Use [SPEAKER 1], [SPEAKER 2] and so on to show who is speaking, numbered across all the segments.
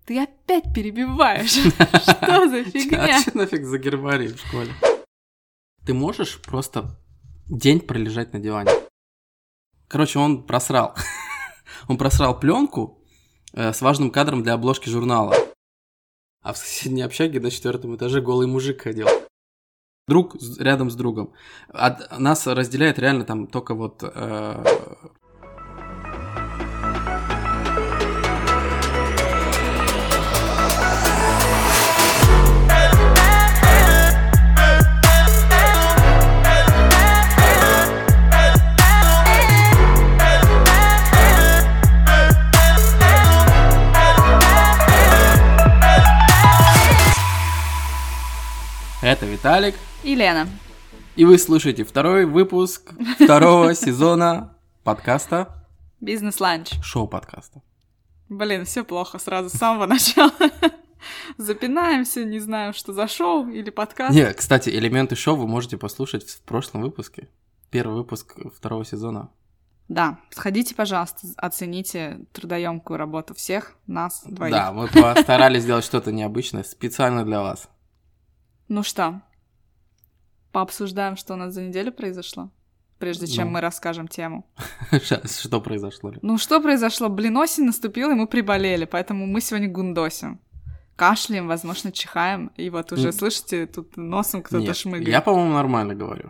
[SPEAKER 1] Ты опять перебиваешь. Что за фигня?
[SPEAKER 2] Что нафиг за гербарий в школе? Ты можешь просто день пролежать на диване? Короче, он просрал. Он просрал пленку с важным кадром для обложки журнала. А в соседней общаге на 4-м этаже голый мужик ходил. Друг рядом с другом. Нас разделяет реально там только вот... Это Виталик
[SPEAKER 1] И Лена.
[SPEAKER 2] И вы слушаете второй выпуск второго сезона подкаста
[SPEAKER 1] Бизнес-ланч.
[SPEAKER 2] Шоу-подкаста.
[SPEAKER 1] Блин, все плохо сразу с самого начала. Запинаемся, не знаю, что за шоу или подкаст.
[SPEAKER 2] Не, кстати, элементы шоу вы можете послушать в прошлом выпуске. Первый выпуск второго сезона.
[SPEAKER 1] Да, сходите, пожалуйста, оцените трудоемкую работу всех нас двоих.
[SPEAKER 2] Да, мы постарались сделать что-то необычное специально для вас.
[SPEAKER 1] Ну что, пообсуждаем, что у нас за неделю произошло, прежде чем мы расскажем тему.
[SPEAKER 2] Что произошло?
[SPEAKER 1] Ну что произошло? Блин, осень наступила, и мы приболели, поэтому мы сегодня гундосим. Кашляем, возможно, чихаем, и вот уже, слышите, тут носом кто-то шмыгает.
[SPEAKER 2] Я, по-моему, нормально говорю.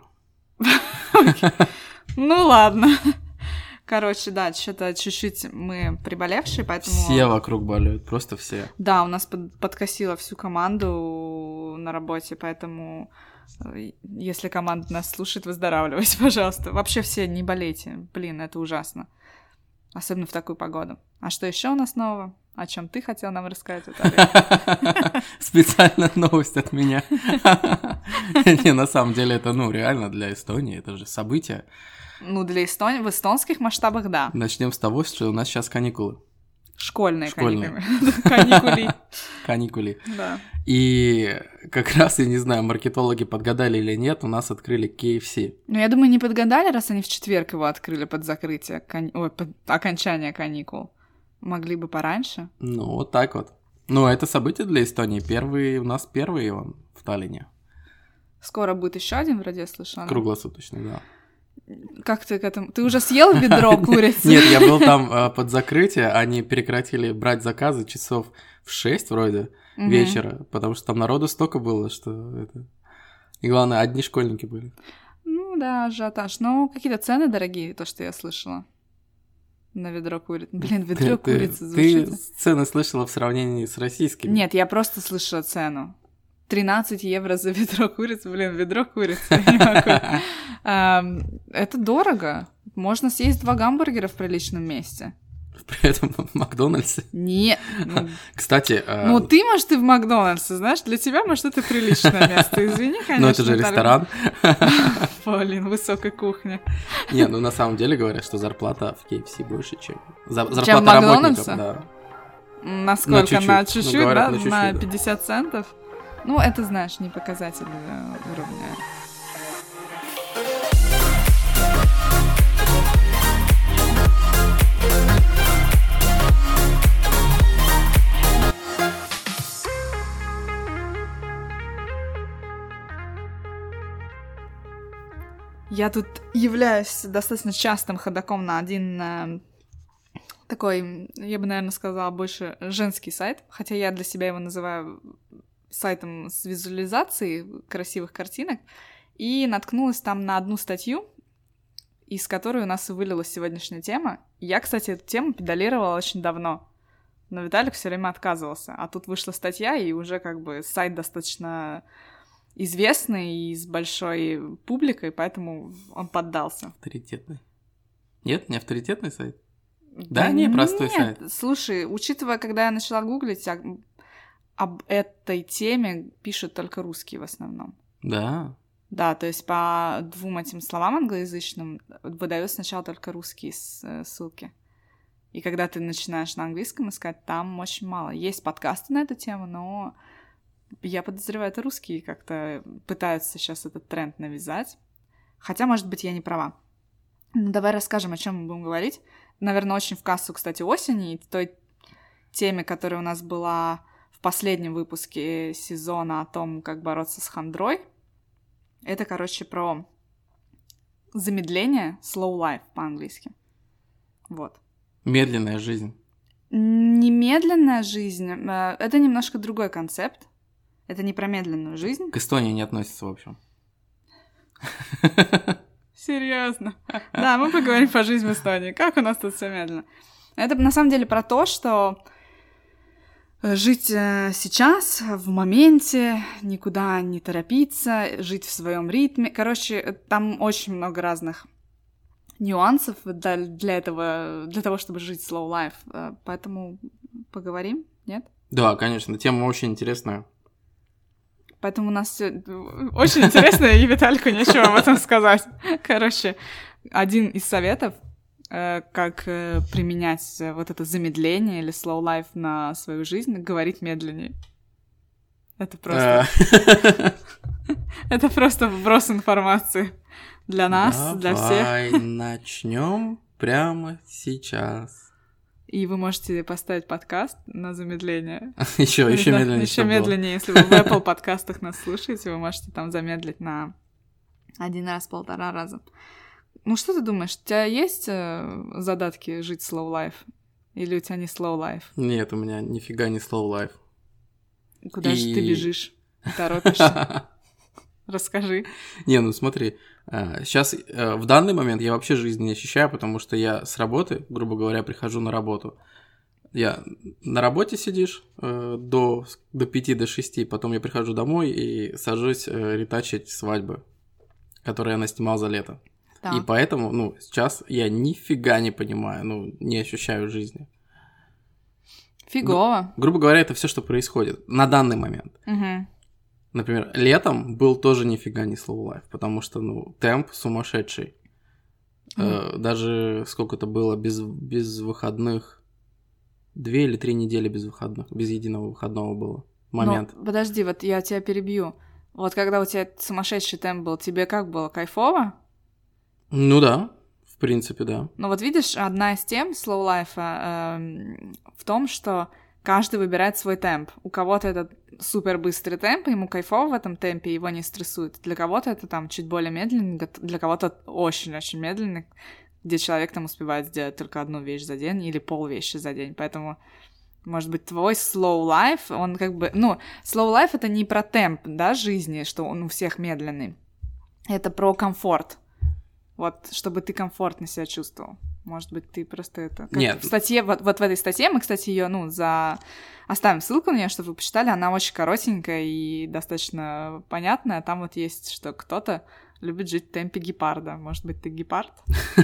[SPEAKER 1] Ну ладно. Короче, да, что-то чуть-чуть мы приболевшие, поэтому...
[SPEAKER 2] Все вокруг болеют, просто все.
[SPEAKER 1] Да, у нас подкосило всю команду на работе, поэтому если команда нас слушает, выздоравливайте, пожалуйста. Вообще все не болейте, блин, это ужасно. Особенно в такую погоду. А что еще у нас нового? О чем ты хотел нам рассказать, Виталий?
[SPEAKER 2] Специально новость от меня. Не, на самом деле это, реально для Эстонии, это же событие.
[SPEAKER 1] Ну, для Эстонии, в эстонских масштабах, да.
[SPEAKER 2] Начнем с того, что у нас сейчас каникулы.
[SPEAKER 1] Школьные. Каникулы.
[SPEAKER 2] Каникулы.
[SPEAKER 1] Да.
[SPEAKER 2] И как раз, я не знаю, маркетологи подгадали или нет, у нас открыли KFC.
[SPEAKER 1] Ну, я думаю, не подгадали, раз они в четверг его открыли под закрытие, под окончание каникул. Могли бы пораньше.
[SPEAKER 2] Ну, вот так вот. Ну, это событие для Эстонии. У нас первый он в Таллине.
[SPEAKER 1] Скоро будет еще один, вроде я слышала.
[SPEAKER 2] Круглосуточный, да.
[SPEAKER 1] Как ты к этому? Ты уже съел ведро курицы?
[SPEAKER 2] Нет, я был там под закрытие, они прекратили брать заказы часов в 6 вроде вечера, потому что там народу столько было, что это... И главное, одни школьники были.
[SPEAKER 1] Ну да, ажиотаж. Но какие-то цены дорогие, то, что я слышала. На ведро курицы. Блин, ведро курицы звучит.
[SPEAKER 2] Ты цены слышала в сравнении с российскими?
[SPEAKER 1] Нет, я просто слышала цену. 13 евро за ведро курицы. Блин, ведро курицы. Я не могу. Это дорого. Можно съесть 2 гамбургера в приличном месте.
[SPEAKER 2] При этом в Макдональдсе?
[SPEAKER 1] Нет.
[SPEAKER 2] Кстати...
[SPEAKER 1] Ну, ты, может, и в Макдональдсе, знаешь, для тебя, может, это приличное место. Извини, конечно.
[SPEAKER 2] Но это же ресторан.
[SPEAKER 1] Блин, высокая кухня.
[SPEAKER 2] Не, на самом деле говорят, что зарплата в KFC больше, чем... Зарплата
[SPEAKER 1] чем в
[SPEAKER 2] работников, да.
[SPEAKER 1] Насколько? На чуть-чуть, да?
[SPEAKER 2] На чуть-чуть,
[SPEAKER 1] на 50 центов? Ну, это, знаешь, не показатель уровня. Я тут являюсь достаточно частым ходоком на один такой, я бы, наверное, сказала, больше женский сайт, хотя я для себя его называю сайтом с визуализацией красивых картинок, и наткнулась там на одну статью, из которой у нас и вылилась сегодняшняя тема. Я, кстати, эту тему педалировала очень давно, но Виталик все время отказывался, а тут вышла статья, и уже как бы сайт достаточно известный и с большой публикой, поэтому он поддался.
[SPEAKER 2] Авторитетный. Нет, не авторитетный сайт? Да, не простой сайт.
[SPEAKER 1] Слушай, учитывая, когда я начала гуглить, об этой теме пишут только русские в основном.
[SPEAKER 2] Да?
[SPEAKER 1] Да, то есть по 2 этим словам англоязычным выдают сначала только русские ссылки. И когда ты начинаешь на английском искать, там очень мало. Есть подкасты на эту тему, но я подозреваю, это русские как-то пытаются сейчас этот тренд навязать. Хотя, может быть, я не права. Ну, давай расскажем, о чем мы будем говорить. Наверное, очень в кассу, кстати, осени и той теме, которая у нас была в последнем выпуске сезона о том, как бороться с хандрой. Это, короче, про замедление, slow life по-английски. Вот.
[SPEAKER 2] Медленная жизнь.
[SPEAKER 1] Немедленная жизнь, это немножко другой концепт. Это не про медленную жизнь.
[SPEAKER 2] К Эстонии не относится, в общем.
[SPEAKER 1] Серьезно. Да, мы поговорим по жизни в Эстонии. Как у нас тут все медленно. Это на самом деле про то, что жить сейчас, в моменте, никуда не торопиться, жить в своем ритме. Короче, там очень много разных нюансов для того, чтобы жить slow life. Поэтому поговорим, нет?
[SPEAKER 2] Да, конечно, тема очень интересная.
[SPEAKER 1] Поэтому у нас все очень интересно, и Виталику нечего об этом сказать. Короче, один из советов, как применять вот это замедление или slow life на свою жизнь, говорить медленнее. Это просто... Это просто вброс информации для нас, для всех.
[SPEAKER 2] Давай начнем прямо сейчас.
[SPEAKER 1] И вы можете поставить подкаст на замедление.
[SPEAKER 2] Еще медленнее.
[SPEAKER 1] Еще медленнее, если вы в Apple подкастах нас слушаете, вы можете там замедлить на 1 раз, 1,5 раза. Ну, что ты думаешь, у тебя есть задатки жить slow life? Или у тебя не slow life?
[SPEAKER 2] Нет, у меня нифига не slow life.
[SPEAKER 1] Куда же ты бежишь? Торопишься? Расскажи.
[SPEAKER 2] Не, ну смотри, сейчас в данный момент я вообще жизнь не ощущаю, потому что я с работы, грубо говоря, прихожу на работу. Я на работе сидишь до 5 до 6, потом я прихожу домой и сажусь ретачить свадьбы, которые я наснимал за лето. Так. И поэтому, ну, сейчас я нифига не понимаю, ну, не ощущаю жизни.
[SPEAKER 1] Фигово.
[SPEAKER 2] Грубо говоря, это все, что происходит на данный момент.
[SPEAKER 1] Угу.
[SPEAKER 2] Например, летом был тоже нифига не slow life, потому что, ну, темп сумасшедший. Даже сколько-то было без выходных. 2 или 3 недели без выходных, без единого выходного было. Момент.
[SPEAKER 1] Но, подожди, вот я тебя перебью. Вот когда у тебя сумасшедший темп был, тебе как было? Кайфово?
[SPEAKER 2] Ну да, в принципе, да.
[SPEAKER 1] Ну вот видишь, одна из тем slow life в том, что каждый выбирает свой темп. У кого-то это супер быстрый темп, ему кайфово в этом темпе, его не стрессует. Для кого-то это там чуть более медленный, для кого-то очень-очень медленный, где человек там успевает сделать только одну вещь за день или полвещи за день. Поэтому, может быть, твой slow life, он как бы... Ну, slow life — это не про темп, да, жизни, что он у всех медленный. Это про комфорт. Вот, чтобы ты комфортно себя чувствовал. Может быть, ты просто это...
[SPEAKER 2] Нет.
[SPEAKER 1] В статье, вот в этой статье, мы, кстати, ее, оставим ссылку на нее, чтобы вы почитали, она очень коротенькая и достаточно понятная. Там вот есть, что кто-то любит жить в темпе гепарда. Может быть, ты гепард?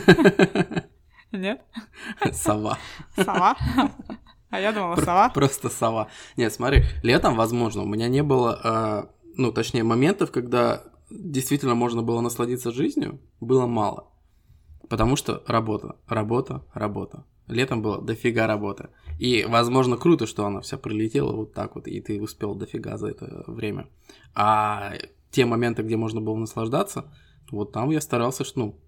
[SPEAKER 1] Нет?
[SPEAKER 2] Сова.
[SPEAKER 1] Сова? А я думала, сова.
[SPEAKER 2] Просто сова. Нет, смотри, летом, возможно, у меня не было, точнее, моментов, когда действительно можно было насладиться жизнью, было мало. Потому что работа. Летом было дофига работы. И, возможно, круто, что она вся пролетела вот так вот, и ты успел дофига за это время. А те моменты, где можно было наслаждаться, вот там я старался,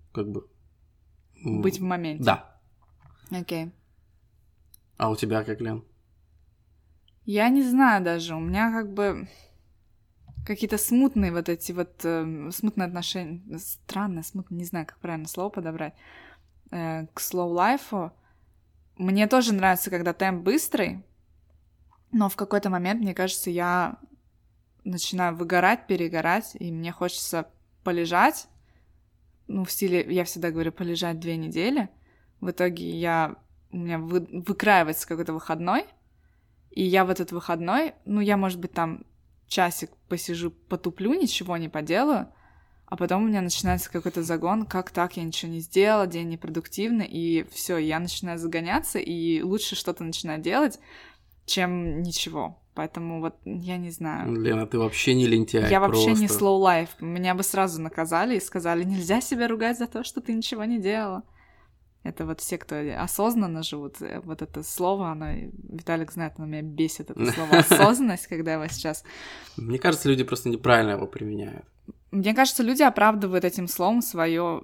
[SPEAKER 1] быть в моменте.
[SPEAKER 2] Да.
[SPEAKER 1] Окей.
[SPEAKER 2] А у тебя как, Лен?
[SPEAKER 1] Я не знаю даже. У меня какие-то смутные вот эти вот смутные отношения. Странно, смутно, не знаю, как правильно слово подобрать. К slow life. Мне тоже нравится, когда темп быстрый, но в какой-то момент, мне кажется, я начинаю выгорать, перегорать, и мне хочется полежать. В стиле, я всегда говорю, полежать 2 недели. В итоге у меня выкраивается какой-то выходной, и я в этот выходной, я, может быть, там часик посижу, потуплю, ничего не поделаю, а потом у меня начинается какой-то загон, как так, я ничего не сделала, день непродуктивный, и все, я начинаю загоняться, и лучше что-то начинать делать, чем ничего. Поэтому вот я не знаю.
[SPEAKER 2] Лена, ты вообще не лентяй.
[SPEAKER 1] Я вообще не slow life. Меня бы сразу наказали и сказали, нельзя себя ругать за то, что ты ничего не делала. Это вот все, кто осознанно живут, вот это слово, Виталик знает, оно меня бесит, это слово осознанность, когда его сейчас...
[SPEAKER 2] Мне кажется, люди просто неправильно его применяют.
[SPEAKER 1] Мне кажется, люди оправдывают этим словом свое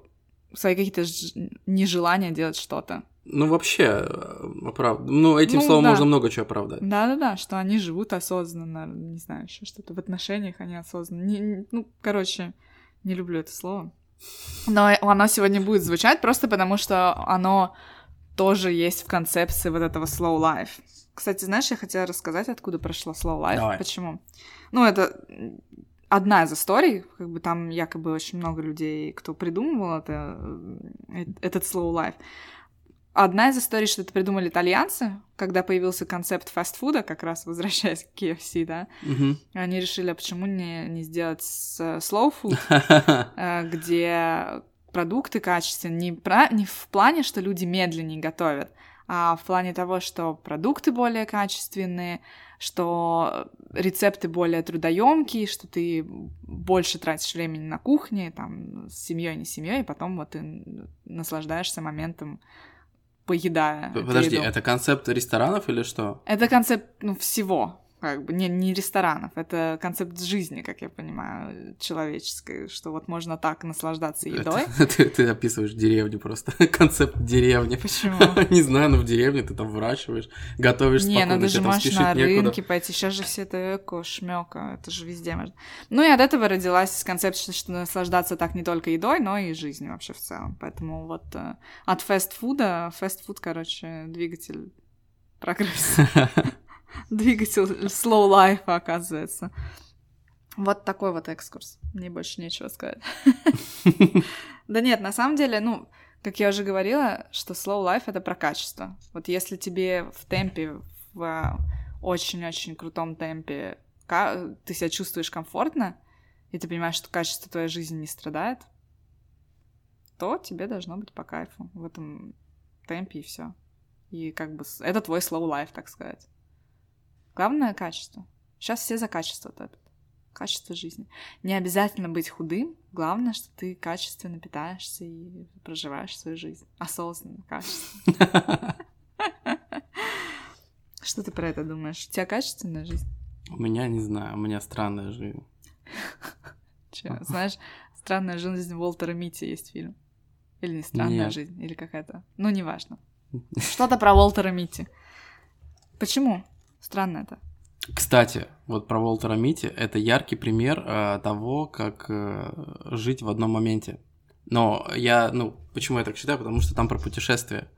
[SPEAKER 1] свои какие-то нежелания делать что-то.
[SPEAKER 2] Ну, вообще, ну, этим словом
[SPEAKER 1] да.
[SPEAKER 2] можно много чего оправдать.
[SPEAKER 1] Да-да-да, что они живут осознанно, не знаю, еще что-то в отношениях они осознанно. Ну, короче, не люблю это слово. Но оно сегодня будет звучать просто потому, что оно тоже есть в концепции вот этого slow life. Кстати, знаешь, я хотела рассказать, откуда прошло slow life.
[SPEAKER 2] Давай.
[SPEAKER 1] Почему? Ну, это одна из историй, как бы там якобы очень много людей, кто придумывал этот slow life. Одна из историй, что это придумали итальянцы, когда появился концепт фастфуда, как раз возвращаясь к KFC, да, они решили, а почему не сделать slow food, где продукты качественные, не в плане, что люди медленнее готовят, а в плане того, что продукты более качественные, что рецепты более трудоемкие, что ты больше тратишь времени на кухне, там, с семьей, не с семьей, и потом вот ты наслаждаешься моментом, поедая.
[SPEAKER 2] Подожди, это концепт ресторанов или что?
[SPEAKER 1] Это концепт, всего, как бы, не ресторанов, это концепт жизни, как я понимаю, человеческой, что вот можно так наслаждаться едой.
[SPEAKER 2] Ты описываешь деревню просто, концепт деревни.
[SPEAKER 1] Почему?
[SPEAKER 2] Не знаю, но в деревне ты там выращиваешь, готовишь спокойно,
[SPEAKER 1] надо же,
[SPEAKER 2] тебе там
[SPEAKER 1] можешь
[SPEAKER 2] спешить
[SPEAKER 1] на
[SPEAKER 2] некуда.
[SPEAKER 1] рынке пойти, сейчас же все это эко, шмёка, это же везде можно. Ну и от этого родилась концепция, что наслаждаться так не только едой, но и жизнью вообще в целом. Поэтому вот от фастфуда, короче, двигатель прогресса. Двигатель slow life, оказывается. Вот такой вот экскурс. Мне больше нечего сказать. Да нет, на самом деле, как я уже говорила, что slow life — это про качество. Вот если тебе в темпе, в очень-очень крутом темпе ты себя чувствуешь комфортно, и ты понимаешь, что качество твоей жизни не страдает, то тебе должно быть по кайфу в этом темпе, и все. И как бы это твой slow life, так сказать. Главное — качество. Сейчас все за качество топят. Качество жизни. Не обязательно быть худым. Главное, что ты качественно питаешься и проживаешь свою жизнь. Осознанно, качественно. Что ты про это думаешь? У тебя качественная жизнь?
[SPEAKER 2] У меня, не знаю, у меня странная жизнь.
[SPEAKER 1] Че, знаешь, «Странная жизнь» Уолтера Митти есть фильм? Или не «Странная
[SPEAKER 2] Нет.
[SPEAKER 1] жизнь», или какая-то. Ну, неважно. Что-то про Уолтера Митти. Почему? Странно это.
[SPEAKER 2] Кстати, вот про Уолтера Митти — это яркий пример того, как жить в одном моменте. Но почему я так считаю? Потому что там про путешествие.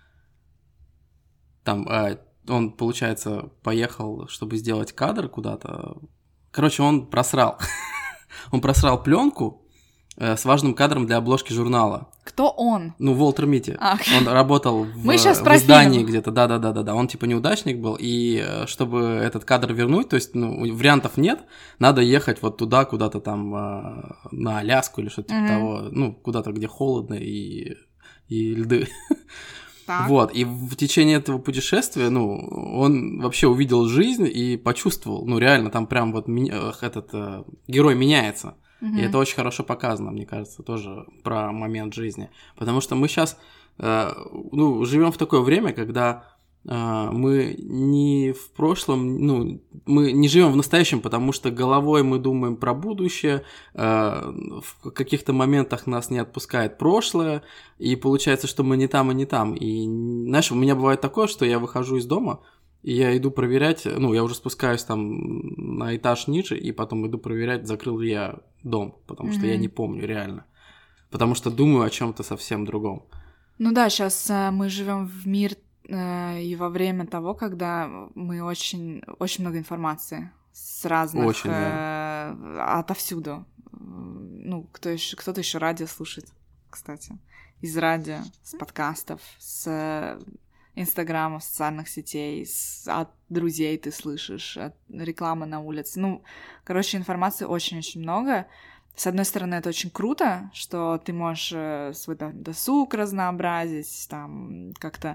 [SPEAKER 2] Там он, получается, поехал, чтобы сделать кадр куда-то. Короче, он просрал. Он просрал пленку с важным кадром для обложки журнала.
[SPEAKER 1] Кто он?
[SPEAKER 2] Уолтер Митти. Он работал в издании где-то. Да. Он типа неудачник был, и чтобы этот кадр вернуть, то есть, вариантов нет, надо ехать вот туда, куда-то там на Аляску или что-то типа того, куда-то, где холодно и льды.
[SPEAKER 1] Так.
[SPEAKER 2] Вот, и в течение этого путешествия, он вообще увидел жизнь и почувствовал, реально, там прям вот этот герой меняется. И это очень хорошо показано, мне кажется, тоже про момент жизни. Потому что мы сейчас живем в такое время, когда мы не в прошлом, мы не живем в настоящем, потому что головой мы думаем про будущее, в каких-то моментах нас не отпускает прошлое, и получается, что мы не там и не там. И, знаешь, у меня бывает такое, что я выхожу из дома, и я иду проверять, я уже спускаюсь там на этаж ниже, и потом иду проверять, закрыл ли я дом, потому что я не помню реально. Потому что думаю о чем-то совсем другом.
[SPEAKER 1] Ну да, сейчас мы живем в мир и во время того, когда мы очень много информации с разных, отовсюду. Кто-то еще радио слушает, кстати. Из радио, с подкастов, с Инстаграма, социальных сетей, от друзей ты слышишь, от рекламы на улице. Информации очень-очень много. С одной стороны, это очень круто, что ты можешь свой досуг разнообразить, там, как-то...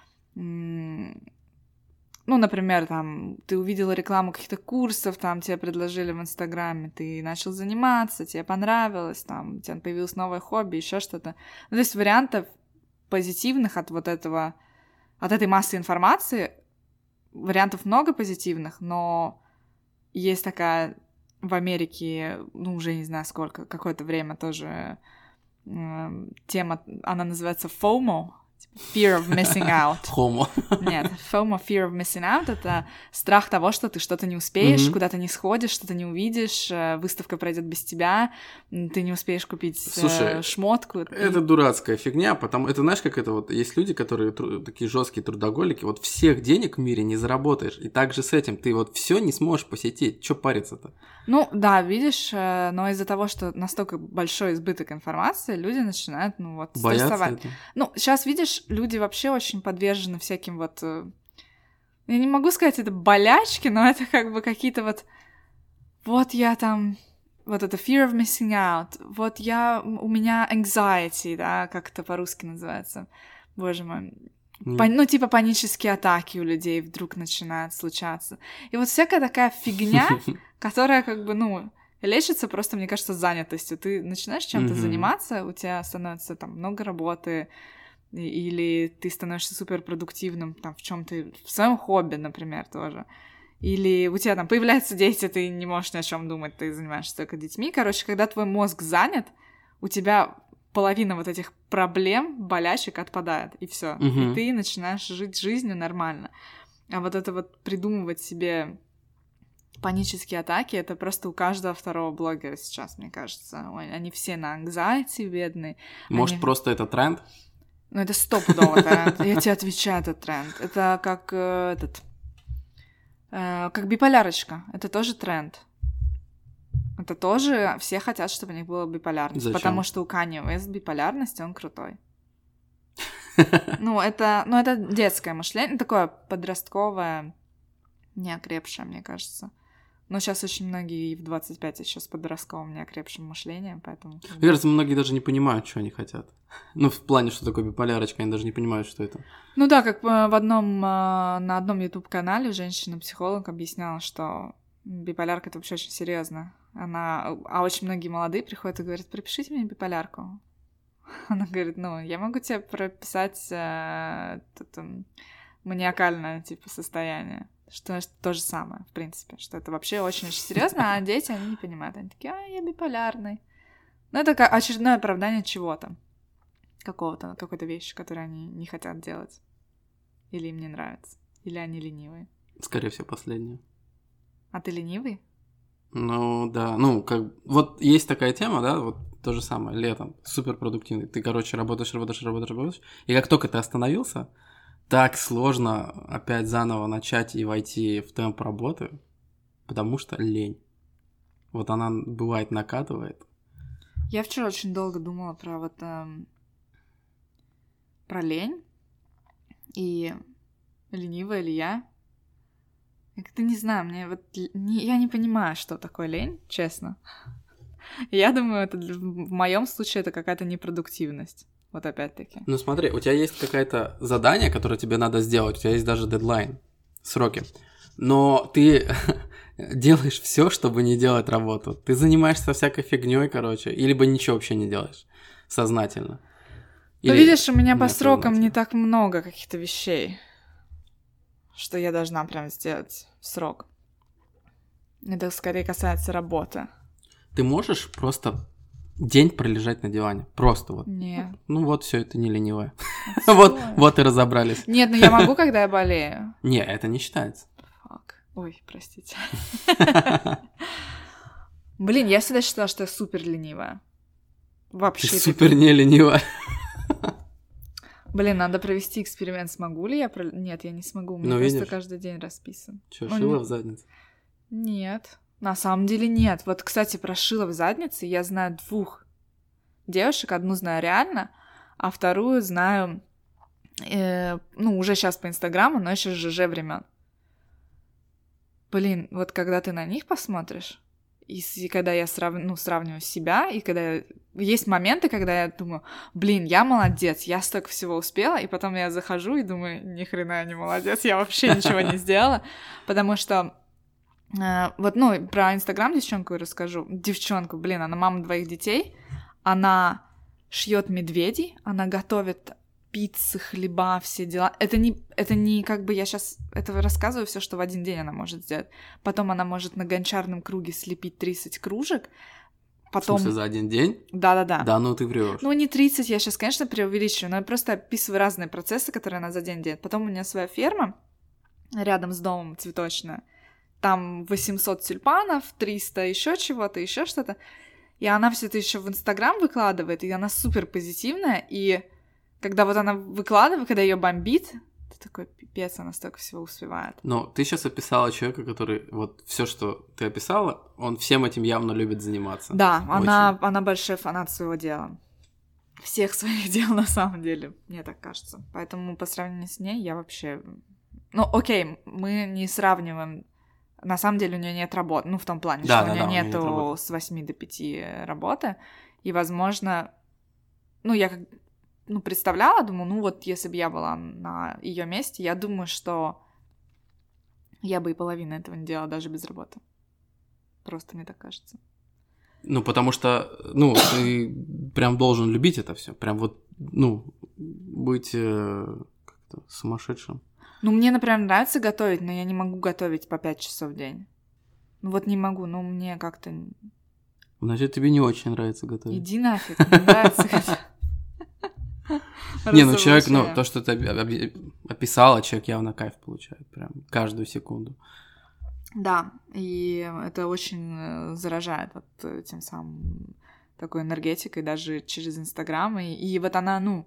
[SPEAKER 1] например, там, ты увидела рекламу каких-то курсов, там, тебе предложили в Инстаграме, ты начал заниматься, тебе понравилось, там, у тебя появилось новое хобби, еще что-то. То есть вариантов позитивных от от этой массы информации, вариантов много позитивных, но есть такая в Америке, уже не знаю сколько, какое-то время тоже тема, она называется FOMO, Fear of Missing Out.
[SPEAKER 2] Homo.
[SPEAKER 1] Нет, FOMO, Fear of Missing Out — это страх того, что ты что-то не успеешь, куда-то не сходишь, что-то не увидишь, выставка пройдет без тебя, ты не успеешь купить шмотку.
[SPEAKER 2] Это дурацкая фигня, потому это, знаешь, как это вот, есть люди, которые такие жесткие трудоголики, вот всех денег в мире не заработаешь, и также с этим ты вот все не сможешь посетить, чё париться-то?
[SPEAKER 1] Ну, да, видишь, но из-за того, что настолько большой избыток информации, люди начинают, стрессовать. Ну, сейчас, видишь, люди вообще очень подвержены всяким вот... Я не могу сказать, это болячки, но это как бы какие-то вот я там... Вот это fear of missing out, у меня anxiety, да, как это по-русски называется, боже мой. Типа панические атаки у людей вдруг начинают случаться. И вот всякая такая фигня, которая как бы, лечится просто, мне кажется, занятостью. Ты начинаешь чем-то заниматься, у тебя становится там много работы, или ты становишься суперпродуктивным там в чем-то, в своем хобби, например, тоже. Или у тебя там появляются дети, ты не можешь ни о чем думать, ты занимаешься только детьми. Короче, когда твой мозг занят, у тебя половина вот этих проблем, болячек отпадает, и все. И ты начинаешь жить жизнью нормально. А вот это вот придумывать себе панические атаки, это просто у каждого второго блогера сейчас, мне кажется. Ой, они все на anxiety бедные.
[SPEAKER 2] Может, просто это тренд?
[SPEAKER 1] Ну, это стопудово тренд. Я тебе отвечаю, это тренд. Это как как биполярочка. Это тоже тренд. Это тоже все хотят, чтобы у них была биполярность.
[SPEAKER 2] Зачем?
[SPEAKER 1] Потому что у Kanye West биполярность, он крутой. Это детское мышление, такое подростковое, неокрепшее, мне кажется. Но сейчас очень многие и в 25 еще с подростковым неокрепшим мышлением, поэтому...
[SPEAKER 2] Мне кажется, многие даже не понимают, что они хотят. Ну, в плане, что такое биполярочка, они даже не понимают, что это.
[SPEAKER 1] Ну да, как на одном YouTube-канале женщина-психолог объясняла, что биполярка — это вообще очень серьезно. А очень многие молодые приходят и говорят: пропишите мне биполярку. Она говорит: я могу тебе прописать маниакальное, типа, состояние. Что то же самое, в принципе, что это вообще очень-очень серьезно, а дети, они не понимают. Они такие: я биполярный. Ну, это очередное оправдание чего-то, какой-то вещи, которую они не хотят делать. Или им не нравится. Или они ленивые.
[SPEAKER 2] Скорее всего, последнее.
[SPEAKER 1] А ты ленивый?
[SPEAKER 2] Ну, да. Вот есть такая тема, да, вот то же самое, летом, суперпродуктивный. Ты, работаешь, и как только ты остановился, так сложно опять заново начать и войти в темп работы, потому что лень. Вот она, бывает, накатывает.
[SPEAKER 1] Я вчера очень долго думала про лень и ленивая ли я. Я как-то не знаю, я не понимаю, что такое лень, честно. Я думаю, это в моем случае это какая-то непродуктивность. Вот опять-таки.
[SPEAKER 2] Ну смотри, у тебя есть какое-то задание, которое тебе надо сделать, у тебя есть даже дедлайн, сроки, но ты делаешь все, чтобы не делать работу. Ты занимаешься всякой фигней, короче, или либо ничего вообще не делаешь сознательно.
[SPEAKER 1] Ну, видишь, у меня по срокам не так много каких-то вещей, что я должна прям сделать в срок. Это скорее касается работы.
[SPEAKER 2] Ты можешь просто день пролежать на диване? Просто вот.
[SPEAKER 1] Нет.
[SPEAKER 2] Ну вот все, это не ленивое. Вот и разобрались.
[SPEAKER 1] Нет, я могу, когда я болею.
[SPEAKER 2] Не, это не считается.
[SPEAKER 1] Ой, простите. Блин, я всегда считала, что я супер ленивая. Вообще.
[SPEAKER 2] Ты супер не ленивая.
[SPEAKER 1] Блин, надо провести эксперимент, смогу ли я? Нет, я не смогу, у меня просто каждый день расписан.
[SPEAKER 2] Чё, шила в заднице?
[SPEAKER 1] Нет, на самом деле нет. Вот, кстати, про шило в заднице я знаю 2 девушек. Одну знаю реально, а вторую знаю, уже сейчас по Инстаграму, но еще ЖЖ времен. Блин, вот когда ты на них посмотришь, и когда я сравниваю себя, и когда есть моменты, когда я думаю: блин, я молодец, я столько всего успела, и потом я захожу и думаю: ни хрена я не молодец, я вообще ничего не сделала, потому что про Инстаграм девчонку расскажу. Девчонку, блин, она мама 2 детей, она шьет медведей, она готовит пиццы, хлеба, все дела. Это не как бы я сейчас этого рассказываю все, что в один день она может сделать. Потом она может на гончарном круге слепить 30 кружек, Потом...
[SPEAKER 2] В смысле, за один день?
[SPEAKER 1] Да-да-да.
[SPEAKER 2] Да, ну ты врешь.
[SPEAKER 1] Ну, не 30, я сейчас, конечно, преувеличиваю, но я просто описываю разные процессы, которые она за день делает. Потом у меня своя ферма рядом с домом цветочная. Там 800 тюльпанов, 300 еще чего-то, еще что-то. И она все это еще в Инстаграм выкладывает, и она супер позитивная. И когда вот она выкладывает, когда ее бомбит, ты такой, пипец, она столько всего успевает.
[SPEAKER 2] Но ты сейчас описала человека, который вот все, что ты описала, он всем этим явно любит заниматься.
[SPEAKER 1] Да, она большой фанат своего дела. Всех своих дел на самом деле, мне так кажется. Поэтому по сравнению с ней я вообще... Ну, окей, мы не сравниваем. На самом деле у нее нет работы. Ну, в том плане, что у нее нету с 8 до 5 работы. И, возможно, ну, я как... Ну, представляла, думаю, ну, вот если бы я была на ее месте, я думаю, что я бы и половину этого не делала даже без работы. Просто мне так кажется.
[SPEAKER 2] Ну, потому что, ну, ты прям должен любить это все, прям вот, ну, быть как-то сумасшедшим.
[SPEAKER 1] Ну, мне, например, нравится готовить, но я не могу готовить по 5 часов в день. Ну, вот не могу, ну, мне как-то...
[SPEAKER 2] Значит, тебе не очень нравится готовить.
[SPEAKER 1] Иди нафиг, мне нравится готовить.
[SPEAKER 2] Не, ну человек, ну, то, что ты описала, человек явно кайф получает, прям каждую секунду.
[SPEAKER 1] Да, и это очень заражает вот тем самым такой энергетикой, даже через Инстаграм. И вот она, ну,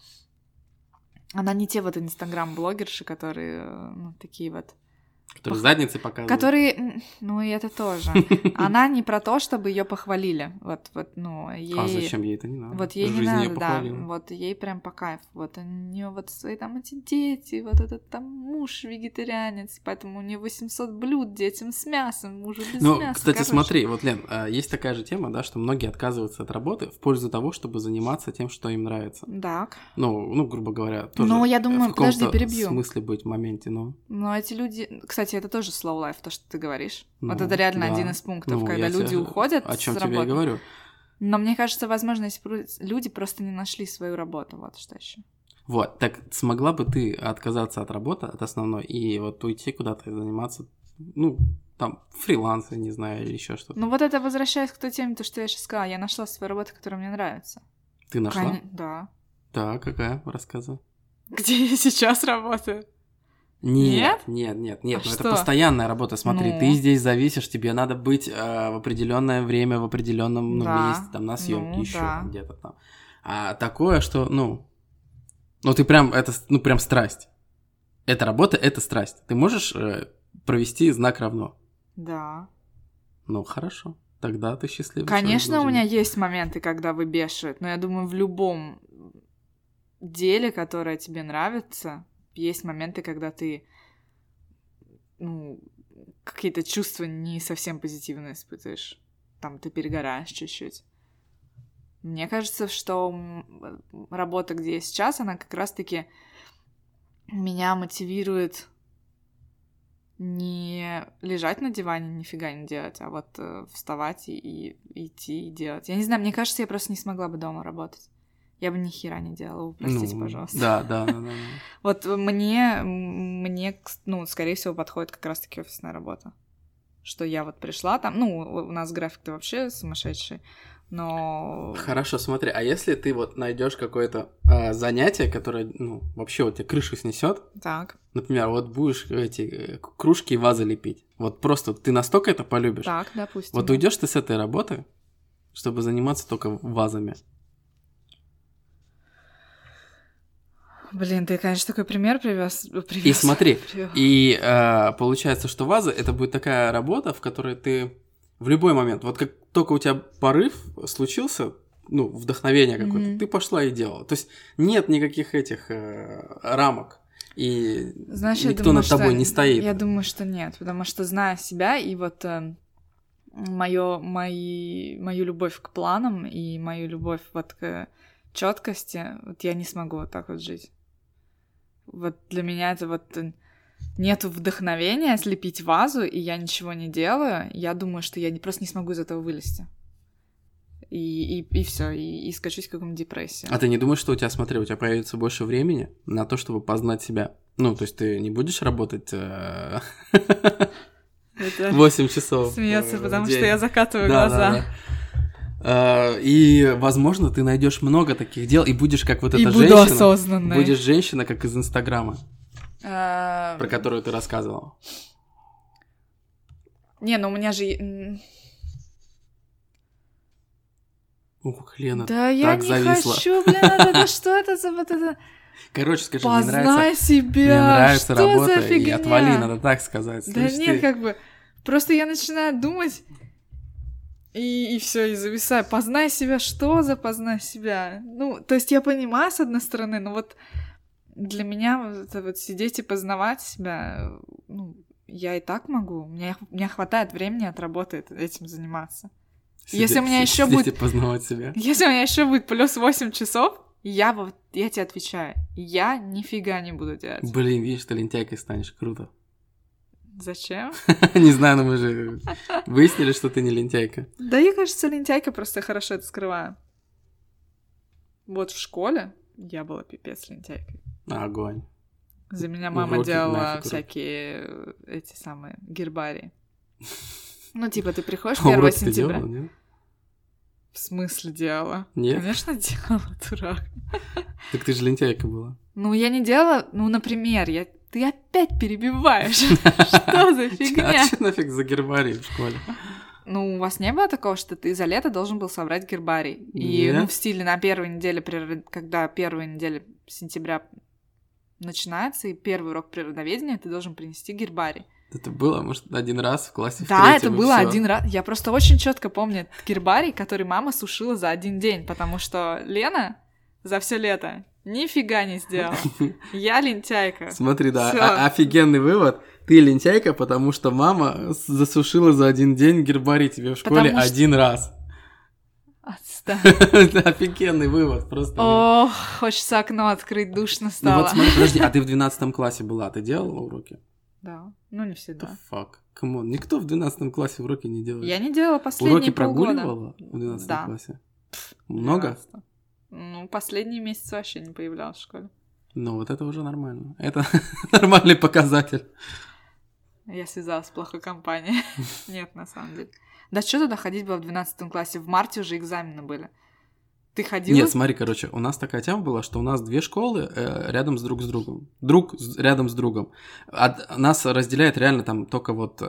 [SPEAKER 1] она не те вот Инстаграм-блогерши, которые, ну, такие вот...
[SPEAKER 2] Которые задницы показывают.
[SPEAKER 1] Которые, ну, и это тоже. Она не про то, чтобы ее похвалили. Вот, ну, ей...
[SPEAKER 2] А зачем ей это не надо?
[SPEAKER 1] Вот ей не надо, да. Вот ей прям по кайфу. Вот у нее вот свои там эти дети, вот этот там муж вегетарианец, поэтому у нее 800 блюд детям с мясом, мужу без мяса.
[SPEAKER 2] Ну, кстати, смотри, вот, Лен, есть такая же тема, да, что многие отказываются от работы в пользу того, чтобы заниматься тем, что им нравится.
[SPEAKER 1] Так.
[SPEAKER 2] Ну, грубо говоря, тоже
[SPEAKER 1] но я думаю,
[SPEAKER 2] в каком-то
[SPEAKER 1] подожди, перебью.
[SPEAKER 2] смысле быть в моменте, но...
[SPEAKER 1] Но эти люди... Кстати, это тоже slow life, то, что ты говоришь. Ну, вот это реально один из пунктов, когда люди уходят с работы.
[SPEAKER 2] О чем тебе и говорю.
[SPEAKER 1] Но мне кажется, возможно, если люди просто не нашли свою работу, вот что еще.
[SPEAKER 2] Вот, так смогла бы ты отказаться от работы, от основной, и вот уйти куда-то и заниматься, ну, там, фрилансом, не знаю, или еще что-то?
[SPEAKER 1] Ну, вот это возвращаясь к той теме, то, что я сейчас сказала. Я нашла свою работу, которая мне нравится.
[SPEAKER 2] Ты нашла?
[SPEAKER 1] Да.
[SPEAKER 2] Да, какая? Рассказывай.
[SPEAKER 1] Где я сейчас работаю?
[SPEAKER 2] Нет, ну это постоянная работа. Смотри, ты здесь зависишь, тебе надо быть в определенное время, в определенном месте, там, на съемке еще где-то там. А такое, что, ну, ты прям, это, ну, прям страсть. Эта работа, это страсть. Ты можешь провести знак равно?
[SPEAKER 1] Да.
[SPEAKER 2] Ну, хорошо. Тогда ты счастливый.
[SPEAKER 1] Конечно, у меня есть моменты, когда выбешивает, но я думаю, в любом деле, которое тебе нравится, есть моменты, когда ты, ну, какие-то чувства не совсем позитивные испытываешь. Там ты перегораешь чуть-чуть. Мне кажется, что работа, где я сейчас, она как раз-таки меня мотивирует не лежать на диване, нифига не делать, а вот вставать и идти и делать. Я не знаю, мне кажется, я просто не смогла бы дома работать. Я бы ни хера не делала, простите, пожалуйста.
[SPEAKER 2] Да.
[SPEAKER 1] Вот мне, ну, скорее всего, подходит как раз-таки офисная работа. Что я вот пришла там, ну, у нас график-то вообще сумасшедший, но...
[SPEAKER 2] Хорошо, смотри, а если ты вот найдешь какое-то занятие, которое, ну, вообще вот тебе крышу снесет?
[SPEAKER 1] Так.
[SPEAKER 2] Например, вот будешь эти кружки и вазы лепить. Вот просто ты настолько это полюбишь.
[SPEAKER 1] Так, допустим.
[SPEAKER 2] Вот уйдешь ты с этой работы, чтобы заниматься только вазами.
[SPEAKER 1] Блин, ты, конечно, такой пример привез.
[SPEAKER 2] И смотри, и получается, что ваза — это будет такая работа, в которой ты в любой момент, вот как только у тебя порыв случился, ну, вдохновение какое-то, ты пошла и делала. То есть нет никаких этих рамок, и
[SPEAKER 1] знаешь,
[SPEAKER 2] никто над тобой не стоит.
[SPEAKER 1] Я думаю, что нет, потому что, зная себя и вот мою любовь к планам и мою любовь вот к четкости, вот я не смогу вот так вот жить. Вот для меня это вот нету вдохновения слепить вазу, и я ничего не делаю. Я думаю, что я просто не смогу из этого вылезти. И все, и скачусь в какую-нибудь депрессию.
[SPEAKER 2] А ты не думаешь, что у тебя, смотри, у тебя появится больше времени на то, чтобы познать себя? Ну, то есть ты не будешь работать 8 часов.
[SPEAKER 1] Смеется, потому что я закатываю глаза.
[SPEAKER 2] И, возможно, ты найдешь много таких дел, и будешь как вот эта
[SPEAKER 1] и
[SPEAKER 2] женщина.
[SPEAKER 1] буду осознанной.
[SPEAKER 2] Будешь женщина, как из Инстаграма, про которую ты рассказывала.
[SPEAKER 1] Не, ну у меня же...
[SPEAKER 2] Ух, Лена,
[SPEAKER 1] Да
[SPEAKER 2] так
[SPEAKER 1] я не
[SPEAKER 2] зависла.
[SPEAKER 1] хочу, блин, это что это за вот это...
[SPEAKER 2] Короче, скажи,
[SPEAKER 1] Познай себя,
[SPEAKER 2] мне нравится
[SPEAKER 1] что
[SPEAKER 2] работа,
[SPEAKER 1] за фигня?
[SPEAKER 2] и отвали, надо так сказать.
[SPEAKER 1] Да
[SPEAKER 2] Слышь,
[SPEAKER 1] нет,
[SPEAKER 2] ты.
[SPEAKER 1] как бы, просто я начинаю думать, и все, и зависаю. Познай себя, что за познай себя? Ну, то есть я понимаю, с одной стороны, но вот для меня вот это вот сидеть и познавать себя, ну, я и так могу. У меня хватает времени от работы этим заниматься. Если у меня еще будет...
[SPEAKER 2] познавать себя.
[SPEAKER 1] Если у меня еще будет плюс 8 часов, я тебе отвечаю, я нифига не буду делать.
[SPEAKER 2] Блин, видишь, ты лентяйкой станешь, круто.
[SPEAKER 1] Зачем?
[SPEAKER 2] Не знаю, но мы же выяснили, что ты не лентяйка.
[SPEAKER 1] Да я, кажется, лентяйка, просто хорошо это скрываю. Вот в школе я была пипец лентяйкой.
[SPEAKER 2] Огонь.
[SPEAKER 1] За меня мама
[SPEAKER 2] Уроки
[SPEAKER 1] делала
[SPEAKER 2] нафиг,
[SPEAKER 1] всякие эти самые гербарии. Ну, типа, ты приходишь
[SPEAKER 2] А
[SPEAKER 1] 1
[SPEAKER 2] уроки ты
[SPEAKER 1] сентября.
[SPEAKER 2] делала, нет?
[SPEAKER 1] В смысле делала?
[SPEAKER 2] Нет?
[SPEAKER 1] Конечно, делала, дурак.
[SPEAKER 2] Так ты же лентяйка была.
[SPEAKER 1] Ну, я не делала, ну, например, ты опять перебиваешь. Что за фигня?
[SPEAKER 2] А что нафиг за гербарий в школе?
[SPEAKER 1] Ну, у вас не было такого, что ты за лето должен был собрать гербарий? И,
[SPEAKER 2] Нет.
[SPEAKER 1] ну, в стиле на первой неделе, когда первая неделя сентября начинается, и первый урок природоведения, ты должен принести гербарий.
[SPEAKER 2] Это было, может, один раз в классе в
[SPEAKER 1] Да,
[SPEAKER 2] третьем,
[SPEAKER 1] это
[SPEAKER 2] и
[SPEAKER 1] было
[SPEAKER 2] всё.
[SPEAKER 1] один раз. Я просто очень четко помню этот гербарий, который мама сушила за один день, потому что Лена за все лето нифига не сделала. Я лентяйка.
[SPEAKER 2] Смотри, да,
[SPEAKER 1] Всё.
[SPEAKER 2] офигенный вывод. Ты лентяйка, потому что мама засушила за один день гербарий тебе в школе
[SPEAKER 1] Потому что-
[SPEAKER 2] один раз.
[SPEAKER 1] Отстань.
[SPEAKER 2] Это офигенный вывод, просто.
[SPEAKER 1] Ох, хочется окно открыть, душно
[SPEAKER 2] Ну
[SPEAKER 1] стало.
[SPEAKER 2] вот смотри, подожди, а ты в 12 классе была, ты делала уроки?
[SPEAKER 1] Да, ну не
[SPEAKER 2] Да.
[SPEAKER 1] всегда.
[SPEAKER 2] Fuck, камон, никто в 12 классе уроки не делает.
[SPEAKER 1] Я не делала последние
[SPEAKER 2] Уроки
[SPEAKER 1] полгода.
[SPEAKER 2] прогуливала в 12
[SPEAKER 1] Да.
[SPEAKER 2] классе? Много?
[SPEAKER 1] 12. Ну, последние месяцы вообще не появлялась в школе.
[SPEAKER 2] Ну вот это уже нормально. Это нормальный показатель.
[SPEAKER 1] Я связалась с плохой компанией. Нет, на самом деле. Да что туда ходить было в 12 классе? В марте уже экзамены были. Ты ходила?
[SPEAKER 2] Нет, смотри, короче, у нас такая тема была, что у нас две школы рядом с друг с другом. Рядом с другом. Нас разделяет реально там только вот...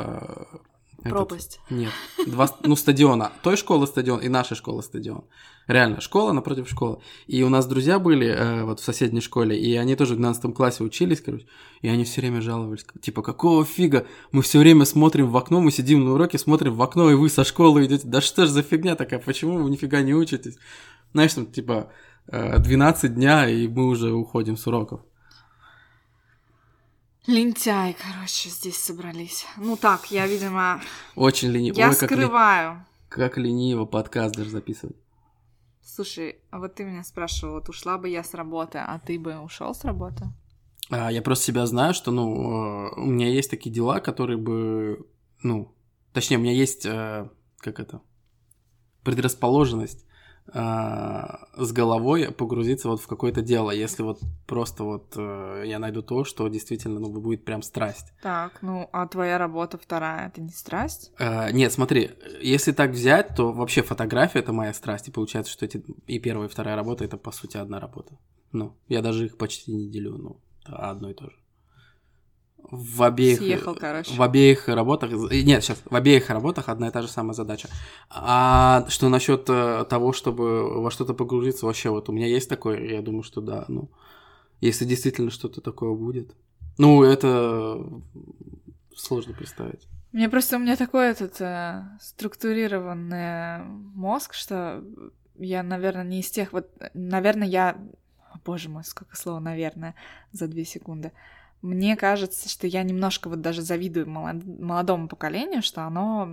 [SPEAKER 1] Пропасть.
[SPEAKER 2] Нет, стадиона. Той школы стадион и нашей школы стадион. Реально, школа напротив школы. И у нас друзья были вот в соседней школе, и они тоже в 12 классе учились, короче, и они все время жаловались, типа, какого фига? Мы все время смотрим в окно, мы сидим на уроке, смотрим в окно, и вы со школы идете. Да что ж за фигня такая? Почему вы нифига не учитесь? Знаешь, там, типа, 12 дня, и мы уже уходим с уроков.
[SPEAKER 1] Лентяй, короче, здесь собрались. Ну так, я, видимо...
[SPEAKER 2] Очень лениво.
[SPEAKER 1] Я
[SPEAKER 2] Ой,
[SPEAKER 1] скрываю.
[SPEAKER 2] как лениво подкаст даже записывать.
[SPEAKER 1] Слушай, а вот ты меня спрашивал, вот ушла бы я с работы, а ты бы ушел с работы?
[SPEAKER 2] Я просто себя знаю, что, у меня есть такие дела, которые бы, точнее, у меня есть, предрасположенность с головой погрузиться вот в какое-то дело, если вот просто вот я найду то, что действительно, будет прям страсть.
[SPEAKER 1] Так, ну, а твоя работа вторая, это не страсть?
[SPEAKER 2] Нет, смотри, если так взять, то вообще фотография — это моя страсть, и получается, что эти и первая, и вторая работа — это, по сути, одна работа. Я даже их почти не делю, одно и то же. В обеих...
[SPEAKER 1] Съехал, короче.
[SPEAKER 2] В обеих работах... Нет, сейчас, в обеих работах одна и та же самая задача. А что насчет того, чтобы во что-то погрузиться, вообще вот у меня есть такое, я думаю, что да, если действительно что-то такое будет. Это сложно представить.
[SPEAKER 1] У меня такой структурированный мозг, что я, наверное, не из тех... наверное, я... Боже мой, сколько слова «наверное» за 2 секунды. Мне кажется, что я немножко даже завидую молодому поколению, что оно...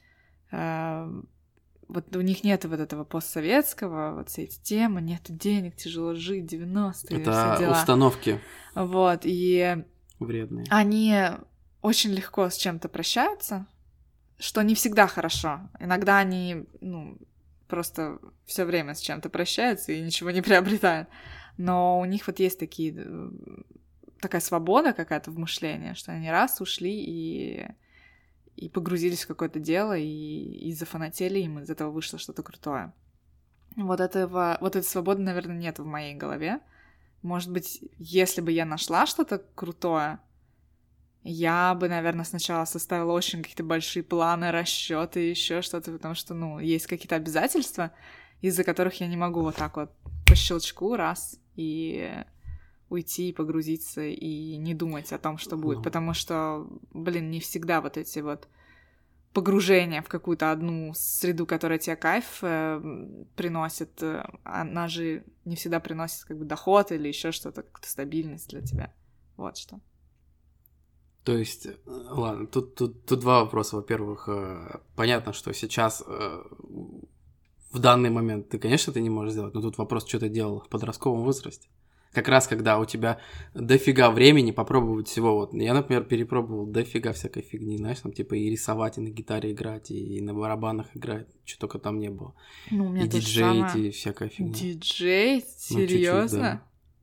[SPEAKER 1] у них нет вот этого постсоветского, все эти темы, нет денег, тяжело жить, 90-е,
[SPEAKER 2] Это
[SPEAKER 1] все дела.
[SPEAKER 2] установки.
[SPEAKER 1] И...
[SPEAKER 2] Вредные.
[SPEAKER 1] Они очень легко с чем-то прощаются, что не всегда хорошо. Иногда они, просто все время с чем-то прощаются и ничего не приобретают. Но у них есть такая свобода какая-то в мышлении, что они раз ушли и погрузились в какое-то дело, и зафанатели, им из этого вышло что-то крутое. Вот этой свободы, наверное, нет в моей голове. Может быть, если бы я нашла что-то крутое, я бы, наверное, сначала составила очень какие-то большие планы, расчеты, еще что-то, потому что, есть какие-то обязательства, из-за которых я не могу вот так вот по щелчку раз и уйти, и погрузиться, и не думать о том, что будет, потому что, не всегда вот эти вот погружение в какую-то одну среду, которая тебе кайф приносит, она же не всегда приносит как бы доход или еще что-то, какую-то стабильность для тебя. Вот что.
[SPEAKER 2] То есть, ладно, тут два вопроса. Во-первых, понятно, что сейчас в данный момент ты не можешь сделать, но тут вопрос, что ты делал в подростковом возрасте. Как раз когда у тебя дофига времени попробовать всего. Вот я, например, перепробовал дофига всякой фигни, знаешь, там типа и рисовать, и на гитаре играть, и на барабанах играть, что только там не было.
[SPEAKER 1] У меня
[SPEAKER 2] и диджеить, и всякая фигня.
[SPEAKER 1] Диджей? Серьезно?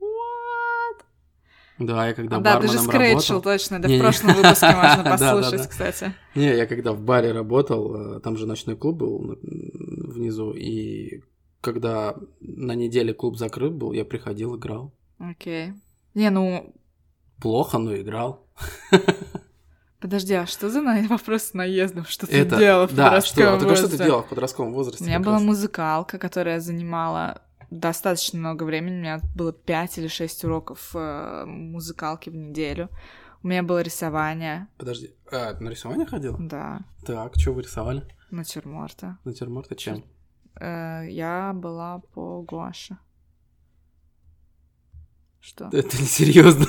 [SPEAKER 2] Да, я когда барменом работал...
[SPEAKER 1] Да, ты же скретчил, точно, в прошлом выпуске можно послушать, кстати.
[SPEAKER 2] Не, я когда в баре работал, там же ночной клуб был внизу, и когда на неделе клуб закрыт был, я приходил, играл.
[SPEAKER 1] Окей.
[SPEAKER 2] Плохо, но играл.
[SPEAKER 1] Подожди, а что за вопрос с наездом? Что ты делал в
[SPEAKER 2] подростковом
[SPEAKER 1] возрасте?
[SPEAKER 2] Что ты делал в подростковом возрасте?
[SPEAKER 1] У меня была музыкалка, которая занимала достаточно много времени. У меня было 5 или 6 уроков музыкалки в неделю. У меня было рисование.
[SPEAKER 2] Подожди, ты на рисование ходила?
[SPEAKER 1] Да.
[SPEAKER 2] Так, что вы рисовали?
[SPEAKER 1] Натюрморты.
[SPEAKER 2] Натюрморты чем?
[SPEAKER 1] Я была по гуаше. Что?
[SPEAKER 2] Это не серьезно.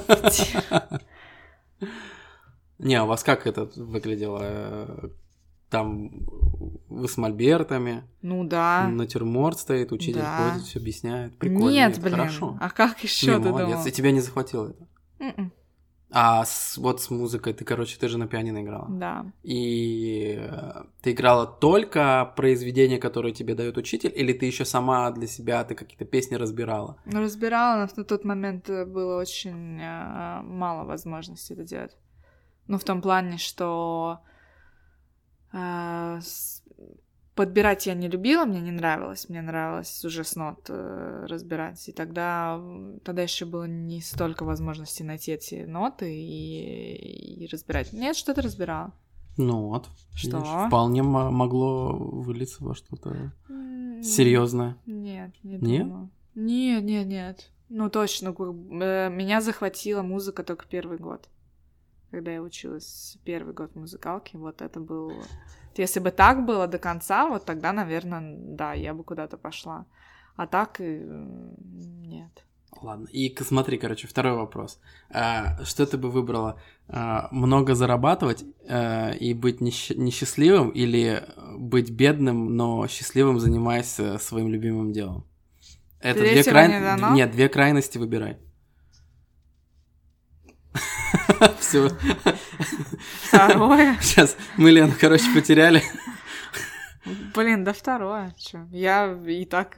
[SPEAKER 2] Не, а у вас как это выглядело? Там вы с мольбертами?
[SPEAKER 1] Да.
[SPEAKER 2] Натюрморт стоит, учитель ходит, все объясняет. Прикольно.
[SPEAKER 1] Нет,
[SPEAKER 2] хорошо.
[SPEAKER 1] А как еще ты думал?
[SPEAKER 2] И тебя не захватило это? А с музыкой ты же на пианино играла.
[SPEAKER 1] Да.
[SPEAKER 2] И ты играла только произведения, которые тебе дает учитель, или ты еще сама для себя, ты какие-то песни разбирала?
[SPEAKER 1] Разбирала, но на тот момент было очень мало возможностей это делать. В том плане, что подбирать я не любила, мне не нравилось. Мне нравилось уже с нот разбирать. И тогда еще было не столько возможностей найти эти ноты и разбирать. Нет, что-то разбирала.
[SPEAKER 2] Вот.
[SPEAKER 1] Что?
[SPEAKER 2] Видишь, вполне могло вылиться во что-то серьезное.
[SPEAKER 1] Нет, не думаю. Нет. Точно. Меня захватила музыка только первый год. Когда я училась первый год в музыкалке, вот это был... Если бы так было до конца, вот тогда, наверное, да, я бы куда-то пошла. А так нет.
[SPEAKER 2] Ладно, и смотри, второй вопрос. Что ты бы выбрала? Много зарабатывать и быть несчастливым или быть бедным, но счастливым, занимаясь своим любимым делом? Это две крайности выбирай. Все.
[SPEAKER 1] Второе.
[SPEAKER 2] Сейчас мы Лену, потеряли.
[SPEAKER 1] Да второе. Чё? Я и так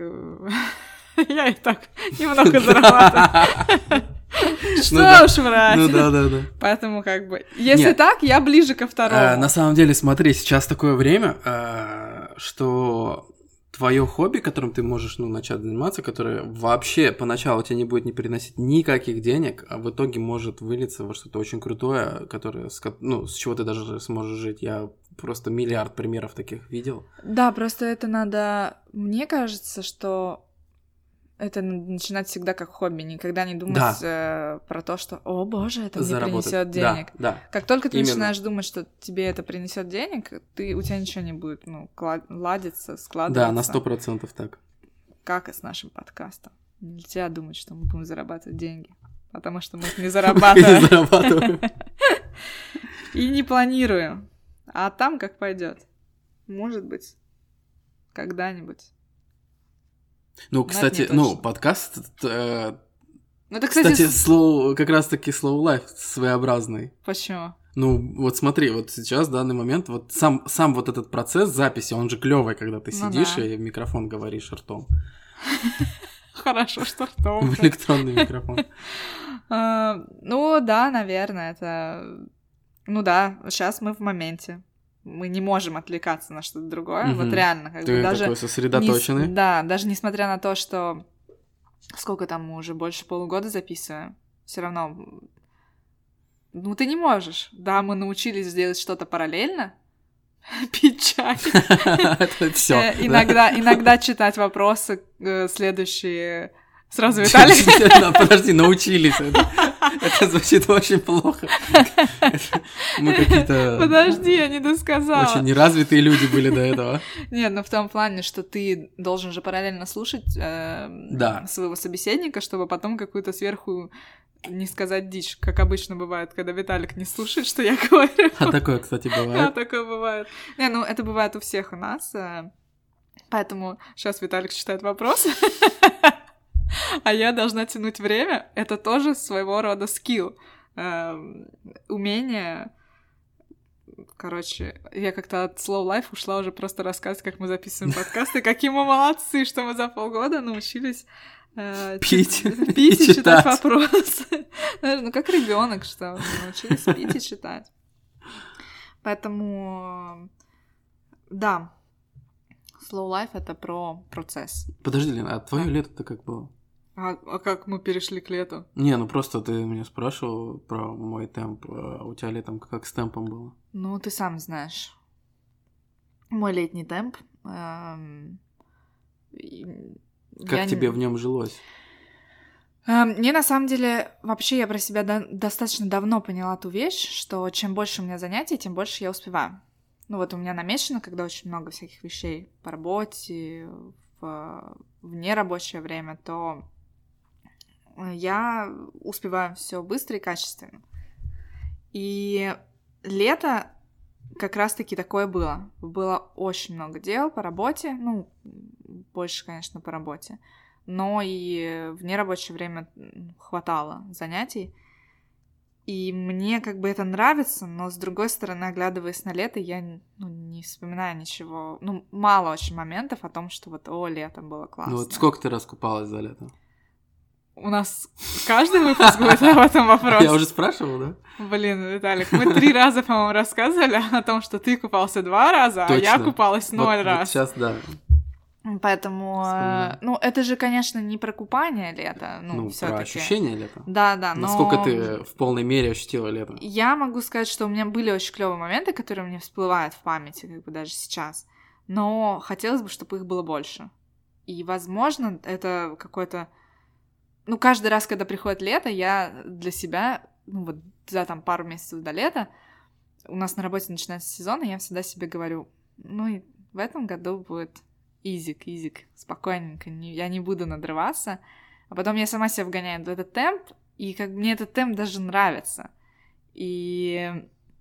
[SPEAKER 1] немного зарабатываю. Что уж врать.
[SPEAKER 2] Да.
[SPEAKER 1] Поэтому если так, я ближе ко второму.
[SPEAKER 2] На самом деле, смотри, сейчас такое время, что твое хобби, которым ты можешь начать заниматься, которое вообще поначалу тебе не будет не приносить никаких денег, а в итоге может вылиться во что-то очень крутое, которое, с чего ты даже сможешь жить. Я просто миллиард примеров таких видел.
[SPEAKER 1] Да, просто это надо... Мне кажется, что это начинать всегда как хобби, никогда не думать про то, что, о боже, это мне принесет денег.
[SPEAKER 2] Да.
[SPEAKER 1] Как только ты начинаешь думать, что тебе это принесет денег, у тебя ничего не будет ладиться, складываться.
[SPEAKER 2] Да, на 100% так.
[SPEAKER 1] Как и с нашим подкастом. Нельзя думать, что мы будем зарабатывать деньги, потому что мы их не зарабатываем. И не планируем. А там как пойдет. Может быть, когда-нибудь.
[SPEAKER 2] Кстати, подкаст...
[SPEAKER 1] это,
[SPEAKER 2] кстати, как раз-таки slow life своеобразный.
[SPEAKER 1] Почему?
[SPEAKER 2] Вот смотри, вот сейчас, в данный момент, вот сам вот этот процесс записи, он же клёвый, когда ты сидишь и в микрофон говоришь ртом.
[SPEAKER 1] Хорошо, что ртом.
[SPEAKER 2] В электронный микрофон.
[SPEAKER 1] Да, наверное, это Ну да, сейчас мы в моменте. Мы не можем отвлекаться на что-то другое. Вот реально, как
[SPEAKER 2] Ты
[SPEAKER 1] бы даже...
[SPEAKER 2] такой сосредоточенный.
[SPEAKER 1] Да, даже несмотря на то, что... Сколько там мы уже больше полугода записываем, все равно... Ну, ты не можешь. Да, мы научились делать что-то параллельно. Пить чай.
[SPEAKER 2] Это всё.
[SPEAKER 1] Иногда читать вопросы следующие... Сразу, Виталик.
[SPEAKER 2] Подожди, научились. Это звучит очень плохо. Мы какие-то...
[SPEAKER 1] Подожди, я не досказала.
[SPEAKER 2] Очень неразвитые люди были до этого.
[SPEAKER 1] Нет, ну в том плане, что ты должен же параллельно слушать своего собеседника, чтобы потом какую-то сверху не сказать дичь, как обычно бывает, когда Виталик не слушает, что я говорю.
[SPEAKER 2] А такое, кстати, бывает.
[SPEAKER 1] А такое бывает. Не, ну это бывает у всех у нас, поэтому сейчас Виталик читает вопросы. А я должна тянуть время. Это тоже своего рода скилл. Умение... Короче, я как-то от Slow Life ушла уже просто рассказывать, как мы записываем подкасты, какие мы молодцы, что мы за полгода научились
[SPEAKER 2] пить
[SPEAKER 1] и читать вопросы. Ну, как ребенок, что научились пить и читать. Поэтому, да, Slow Life — это про процесс.
[SPEAKER 2] Подожди, Лена, а твое лето-то как было?
[SPEAKER 1] А как мы перешли к лету?
[SPEAKER 2] Не, ну просто ты меня спрашивал про мой темп, а у тебя летом как с темпом было?
[SPEAKER 1] Ну, ты сам знаешь. Мой летний темп.
[SPEAKER 2] Как тебе в нем жилось?
[SPEAKER 1] Мне на самом деле, вообще я про себя достаточно давно поняла ту вещь, что чем больше у меня занятий, тем больше я успеваю. Ну вот у меня намечено, когда очень много всяких вещей по работе, в нерабочее время, то я успеваю все быстро и качественно. И лето как раз-таки такое было. Было очень много дел по работе, ну, больше, конечно, по работе, но и в нерабочее время хватало занятий. И мне как бы это нравится, но с другой стороны, оглядываясь на лето, я не вспоминаю ничего. Ну, мало очень моментов о том, что вот, лето было классно.
[SPEAKER 2] Ну вот сколько ты раз купалась за лето?
[SPEAKER 1] У нас каждый выпуск будет об этом вопросе.
[SPEAKER 2] Я уже спрашивал, да?
[SPEAKER 1] Блин, Виталик, мы 3 раза, по-моему, рассказывали о том, что ты купался 2 раза,
[SPEAKER 2] Точно.
[SPEAKER 1] А я купалась 0 раз.
[SPEAKER 2] Вот сейчас, да.
[SPEAKER 1] Поэтому, ну, это же, конечно, не про купание лета, ну, всё-таки.
[SPEAKER 2] Про ощущение лета.
[SPEAKER 1] Да, но...
[SPEAKER 2] Насколько ты в полной мере ощутила лето?
[SPEAKER 1] Я могу сказать, что у меня были очень клёвые моменты, которые мне всплывают в памяти, как бы даже сейчас, но хотелось бы, чтобы их было больше. И, возможно, это какой-то... Ну, каждый раз, когда приходит лето, я для себя, ну, вот за там пару месяцев до лета, у нас на работе начинается сезон, и я всегда себе говорю, ну, и в этом году будет... Изик, спокойненько, я не буду надрываться. А потом я сама себя вгоняю в этот темп, и как мне этот темп даже нравится. И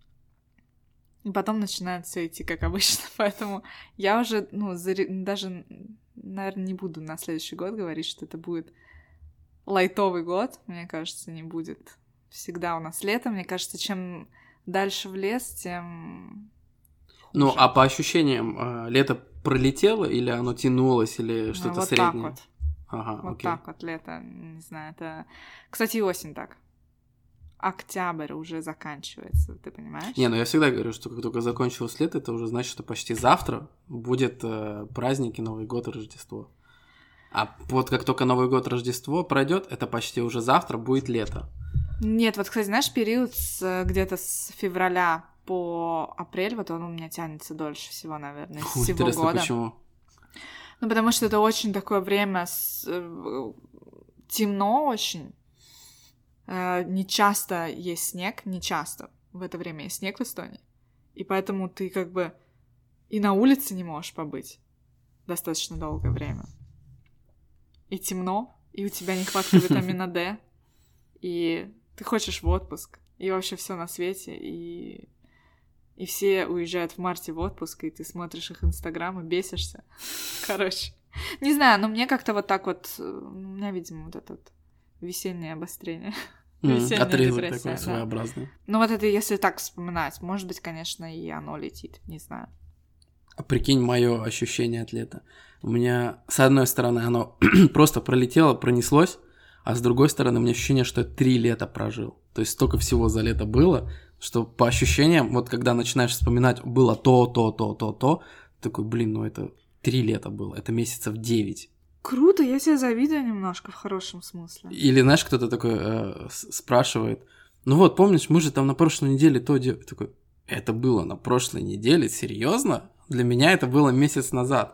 [SPEAKER 1] потом начинает все идти как обычно. Поэтому я уже, ну, даже, наверное, не буду на следующий год говорить, что это будет лайтовый год. Мне кажется, не будет. Всегда у нас лето. Мне кажется, чем дальше в лес, тем...
[SPEAKER 2] Ну, а по ощущениям, лето пролетело, или оно тянулось, или что-то
[SPEAKER 1] вот
[SPEAKER 2] среднее?
[SPEAKER 1] Так вот.
[SPEAKER 2] Ага,
[SPEAKER 1] вот
[SPEAKER 2] окей.
[SPEAKER 1] так вот, лето, не знаю, это... Кстати, и осень так. Октябрь уже заканчивается, ты понимаешь?
[SPEAKER 2] Не, ну я всегда говорю, что как только закончилось лето, это уже значит, что почти завтра будет праздники, Новый год и Рождество. А вот как только Новый год, Рождество пройдет, это почти уже завтра будет лето.
[SPEAKER 1] Нет, вот, кстати, знаешь, период где-то с февраля по апрель, вот он у меня тянется дольше всего, наверное, из всего
[SPEAKER 2] интересно,
[SPEAKER 1] года.
[SPEAKER 2] Почему?
[SPEAKER 1] Ну, потому что это очень такое время темно очень. Не часто есть снег, не часто в это время есть снег в Эстонии. И поэтому ты как бы и на улице не можешь побыть достаточно долгое время. И темно, и у тебя нехватка витамина D, и ты хочешь в отпуск, и вообще все на свете, и все уезжают в марте в отпуск, и ты смотришь их инстаграм и бесишься. Короче. Не знаю, но мне как-то вот так вот... У меня, видимо, вот это вот весеннее обострение. Весенняя
[SPEAKER 2] отрезок
[SPEAKER 1] депрессия,
[SPEAKER 2] такой своеобразный.
[SPEAKER 1] Ну вот это если так вспоминать. Может быть, конечно, и оно летит. Не знаю.
[SPEAKER 2] А прикинь, мое ощущение от лета. У меня, с одной стороны, оно просто пролетело, пронеслось, а с другой стороны, у меня ощущение, что я 3 лета прожил. То есть столько всего за лето было, Что по ощущениям, вот когда начинаешь вспоминать, было то, такой, блин, ну это 3 лета было, это месяцев 9.
[SPEAKER 1] Круто, я тебя завидую немножко в хорошем смысле.
[SPEAKER 2] Или, знаешь, кто-то такой спрашивает, ну вот, помнишь, мы же там на прошлой неделе то делали. Такой, это было на прошлой неделе? Серьезно? Для меня это было месяц назад.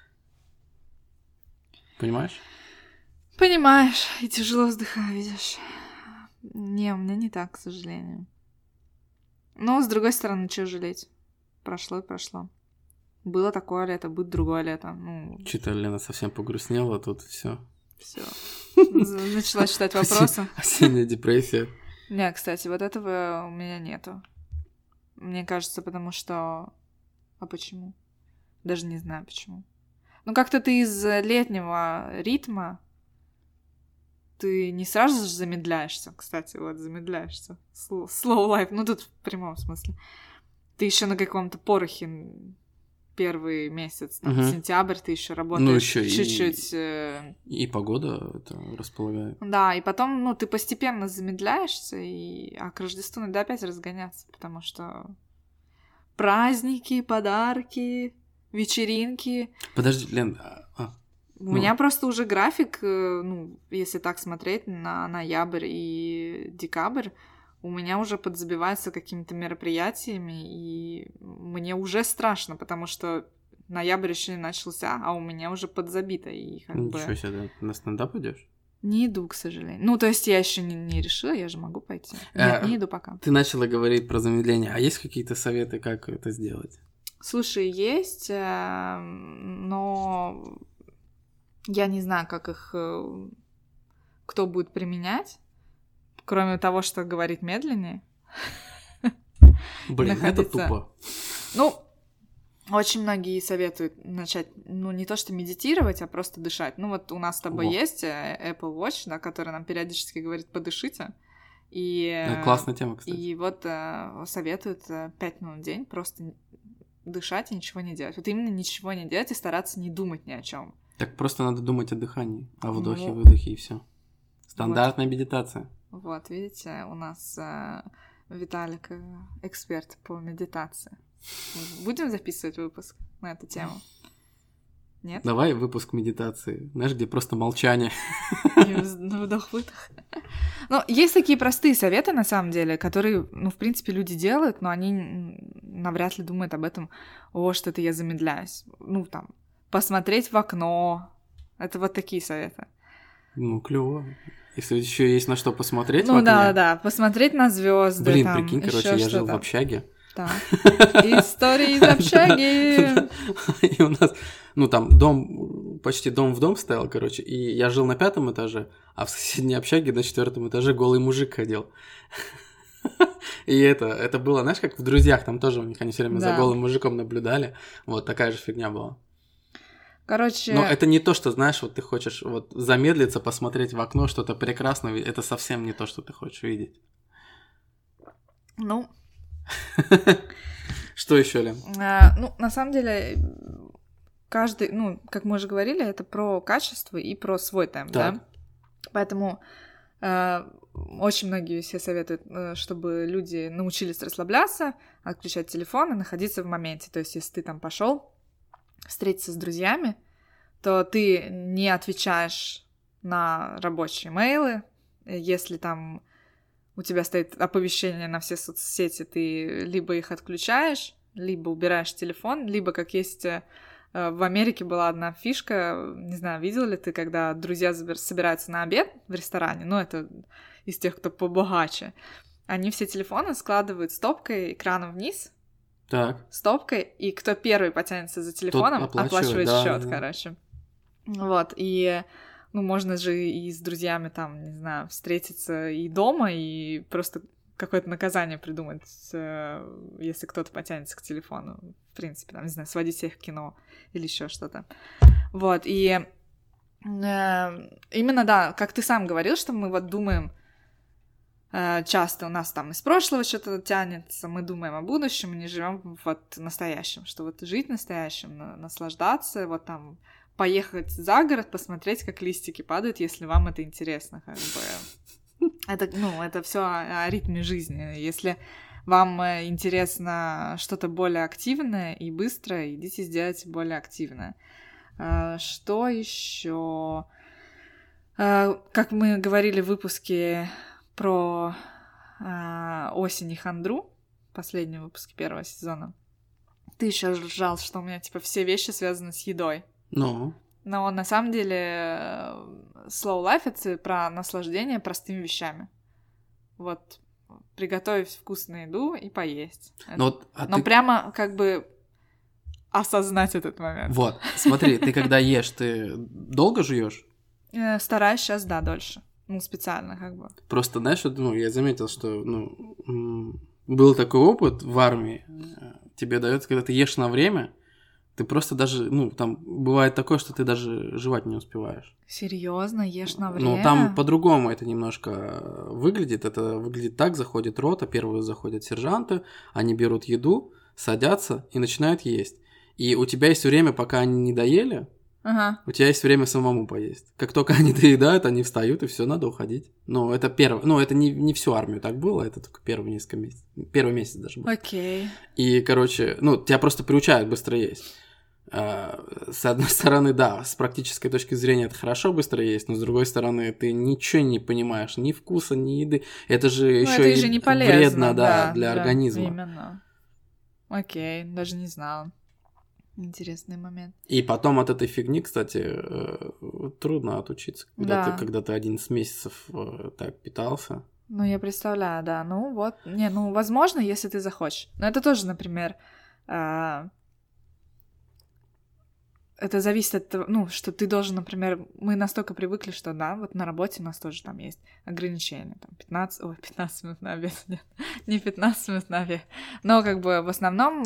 [SPEAKER 2] Понимаешь?
[SPEAKER 1] Понимаешь, и тяжело вздыхаю, видишь. Не, у меня не так, к сожалению. Но, с другой стороны, чего жалеть? Прошло и прошло. Было такое лето, будет другое лето. Ну...
[SPEAKER 2] Что-то Лена совсем погрустнела, тут все.
[SPEAKER 1] Все. Начала читать вопросы.
[SPEAKER 2] Осенняя депрессия.
[SPEAKER 1] Не, кстати, вот этого у меня нету. Мне кажется, потому что... А почему? Даже не знаю, почему. Ну, как-то ты из летнего ритма ты не сразу же замедляешься. Кстати, вот замедляешься. Slow life. Ну, тут в прямом смысле. Ты еще на каком-то порохе первый месяц, там, сентябрь, ты еще работаешь
[SPEAKER 2] ну, еще
[SPEAKER 1] чуть-чуть.
[SPEAKER 2] И погода это располагает.
[SPEAKER 1] Да, и потом, ну, ты постепенно замедляешься, а к Рождеству надо опять разгоняться, потому что праздники, подарки, вечеринки.
[SPEAKER 2] Подожди, Лен,
[SPEAKER 1] У меня просто уже график, ну, если так смотреть на ноябрь и декабрь, у меня уже подзабивается какими-то мероприятиями, и мне уже страшно, потому что ноябрь еще не начался, а у меня уже подзабито, и как
[SPEAKER 2] Ничего
[SPEAKER 1] бы...
[SPEAKER 2] себе, на стендап идешь?
[SPEAKER 1] Не иду, к сожалению. Ну, то есть я еще не решила, я же могу пойти. Нет, не иду пока.
[SPEAKER 2] Ты начала говорить про замедление, а есть какие-то советы, как это сделать?
[SPEAKER 1] Слушай, есть, но я не знаю, как их кто будет применять, кроме того, что говорить медленнее.
[SPEAKER 2] Блин, это тупо.
[SPEAKER 1] Ну, очень многие советуют начать, ну, не то что медитировать, а просто дышать. Ну, вот у нас с тобой есть Apple Watch, да, который нам периодически говорит «подышите». И,
[SPEAKER 2] классная тема, кстати.
[SPEAKER 1] И вот советуют 5 минут в день просто дышать и ничего не делать. Вот именно ничего не делать и стараться не думать ни о чем.
[SPEAKER 2] Так просто надо думать о дыхании, о вдохе, выдохе и все. Стандартная медитация.
[SPEAKER 1] Вот, видите, у нас Виталик эксперт по медитации. Будем записывать выпуск на эту тему? Нет?
[SPEAKER 2] Давай выпуск медитации. Знаешь, где просто молчание.
[SPEAKER 1] Вдох-выдох. Ну, есть такие простые советы, на самом деле, которые, ну, в принципе, люди делают, но они навряд ли думают об этом, что-то я замедляюсь. Ну, там, посмотреть в окно. Это вот такие советы.
[SPEAKER 2] Ну, клево. Если еще есть на что посмотреть в
[SPEAKER 1] окне.
[SPEAKER 2] Ну,
[SPEAKER 1] да, посмотреть на звезды.
[SPEAKER 2] Блин, прикинь, короче, я жил в общаге.
[SPEAKER 1] Так. Истории из общаги.
[SPEAKER 2] И у нас, ну, там дом, почти дом в дом стоял, короче, и я жил на 5-м этаже, а в соседней общаге на 4-м этаже голый мужик ходил. И это было, знаешь, как в «Друзьях», там тоже у них они все время за голым мужиком наблюдали. Вот такая же фигня была.
[SPEAKER 1] Короче...
[SPEAKER 2] Но это не то, что, знаешь, вот ты хочешь вот замедлиться, посмотреть в окно, что-то прекрасное, это совсем не то, что ты хочешь видеть.
[SPEAKER 1] Ну...
[SPEAKER 2] Что еще, Лен?
[SPEAKER 1] Ну, на самом деле, каждый, ну, как мы уже говорили, это про качество и про свой темп, да? Поэтому очень многие все советуют, чтобы люди научились расслабляться, отключать телефон и находиться в моменте. То есть, если ты там пошел встретиться с друзьями, то ты не отвечаешь на рабочие мейлы. Если там у тебя стоит оповещение на все соцсети, ты либо их отключаешь, либо убираешь телефон, либо, как есть в Америке была одна фишка, не знаю, видел ли ты, когда друзья собираются на обед в ресторане, ну, это из тех, кто побогаче, они все телефоны складывают стопкой экраном вниз,
[SPEAKER 2] так.
[SPEAKER 1] Стопкой, и кто первый потянется за телефоном, оплачивает счет, короче. Вот, и... Ну, можно же и с друзьями там, не знаю, встретиться и дома, и просто какое-то наказание придумать, если кто-то потянется к телефону. В принципе, там, не знаю, сводить всех в кино или еще что-то. Вот, и именно, да, как ты сам говорил, что мы вот думаем, часто у нас там из прошлого что-то тянется, мы думаем о будущем, мы не живем вот настоящем, что вот жить настоящим, наслаждаться, вот там поехать за город, посмотреть, как листики падают, если вам это интересно, как бы. Это, ну, это все о ритме жизни. Если вам интересно что-то более активное и быстрое, идите сделайте более активное. Что еще? Как мы говорили в выпуске про осень и хандру, последнем выпуске первого сезона, ты еще ржал, что у меня типа все вещи связаны с едой.
[SPEAKER 2] Ну.
[SPEAKER 1] Но на самом деле slow life — это про наслаждение простыми вещами. Вот приготовить вкусную еду и поесть. Но прямо как бы осознать этот момент.
[SPEAKER 2] Вот, смотри, ты когда ешь, ты долго жуешь?
[SPEAKER 1] Стараюсь сейчас, да, дольше. Ну, специально как бы.
[SPEAKER 2] Просто, знаешь, я заметил, что, был такой опыт в армии, тебе дается, когда ты ешь на время, ты просто даже, там бывает такое, что ты даже жевать не успеваешь.
[SPEAKER 1] Серьезно, ешь на время?
[SPEAKER 2] Ну, там по-другому это немножко выглядит. Это выглядит так: заходит рота, первые заходят сержанты, они берут еду, садятся и начинают есть. И у тебя есть время, пока они не доели, у тебя есть время самому поесть. Как только они доедают, они встают, и все, надо уходить. Ну, это это не всю армию так было, это только первые несколько месяцев. Первый месяц даже был.
[SPEAKER 1] Окей.
[SPEAKER 2] И, короче, тебя просто приучают быстро есть. С одной стороны, да, с практической точки зрения это хорошо быстро есть, но с другой стороны, ты ничего не понимаешь, ни вкуса, ни еды. Это же еще и
[SPEAKER 1] не полезно,
[SPEAKER 2] вредно, для организма.
[SPEAKER 1] Именно. Окей, даже не знала. Интересный момент.
[SPEAKER 2] И потом от этой фигни, кстати, трудно отучиться, когда ты 11 месяцев так питался.
[SPEAKER 1] Ну, я представляю, да. Ну, вот. Возможно, если ты захочешь. Но это тоже, например, это зависит от того, что ты должен, например, мы настолько привыкли, что, да, вот на работе у нас тоже там есть ограничения, там 15 минут на обед, нет, не 15 минут на обед, но как бы в основном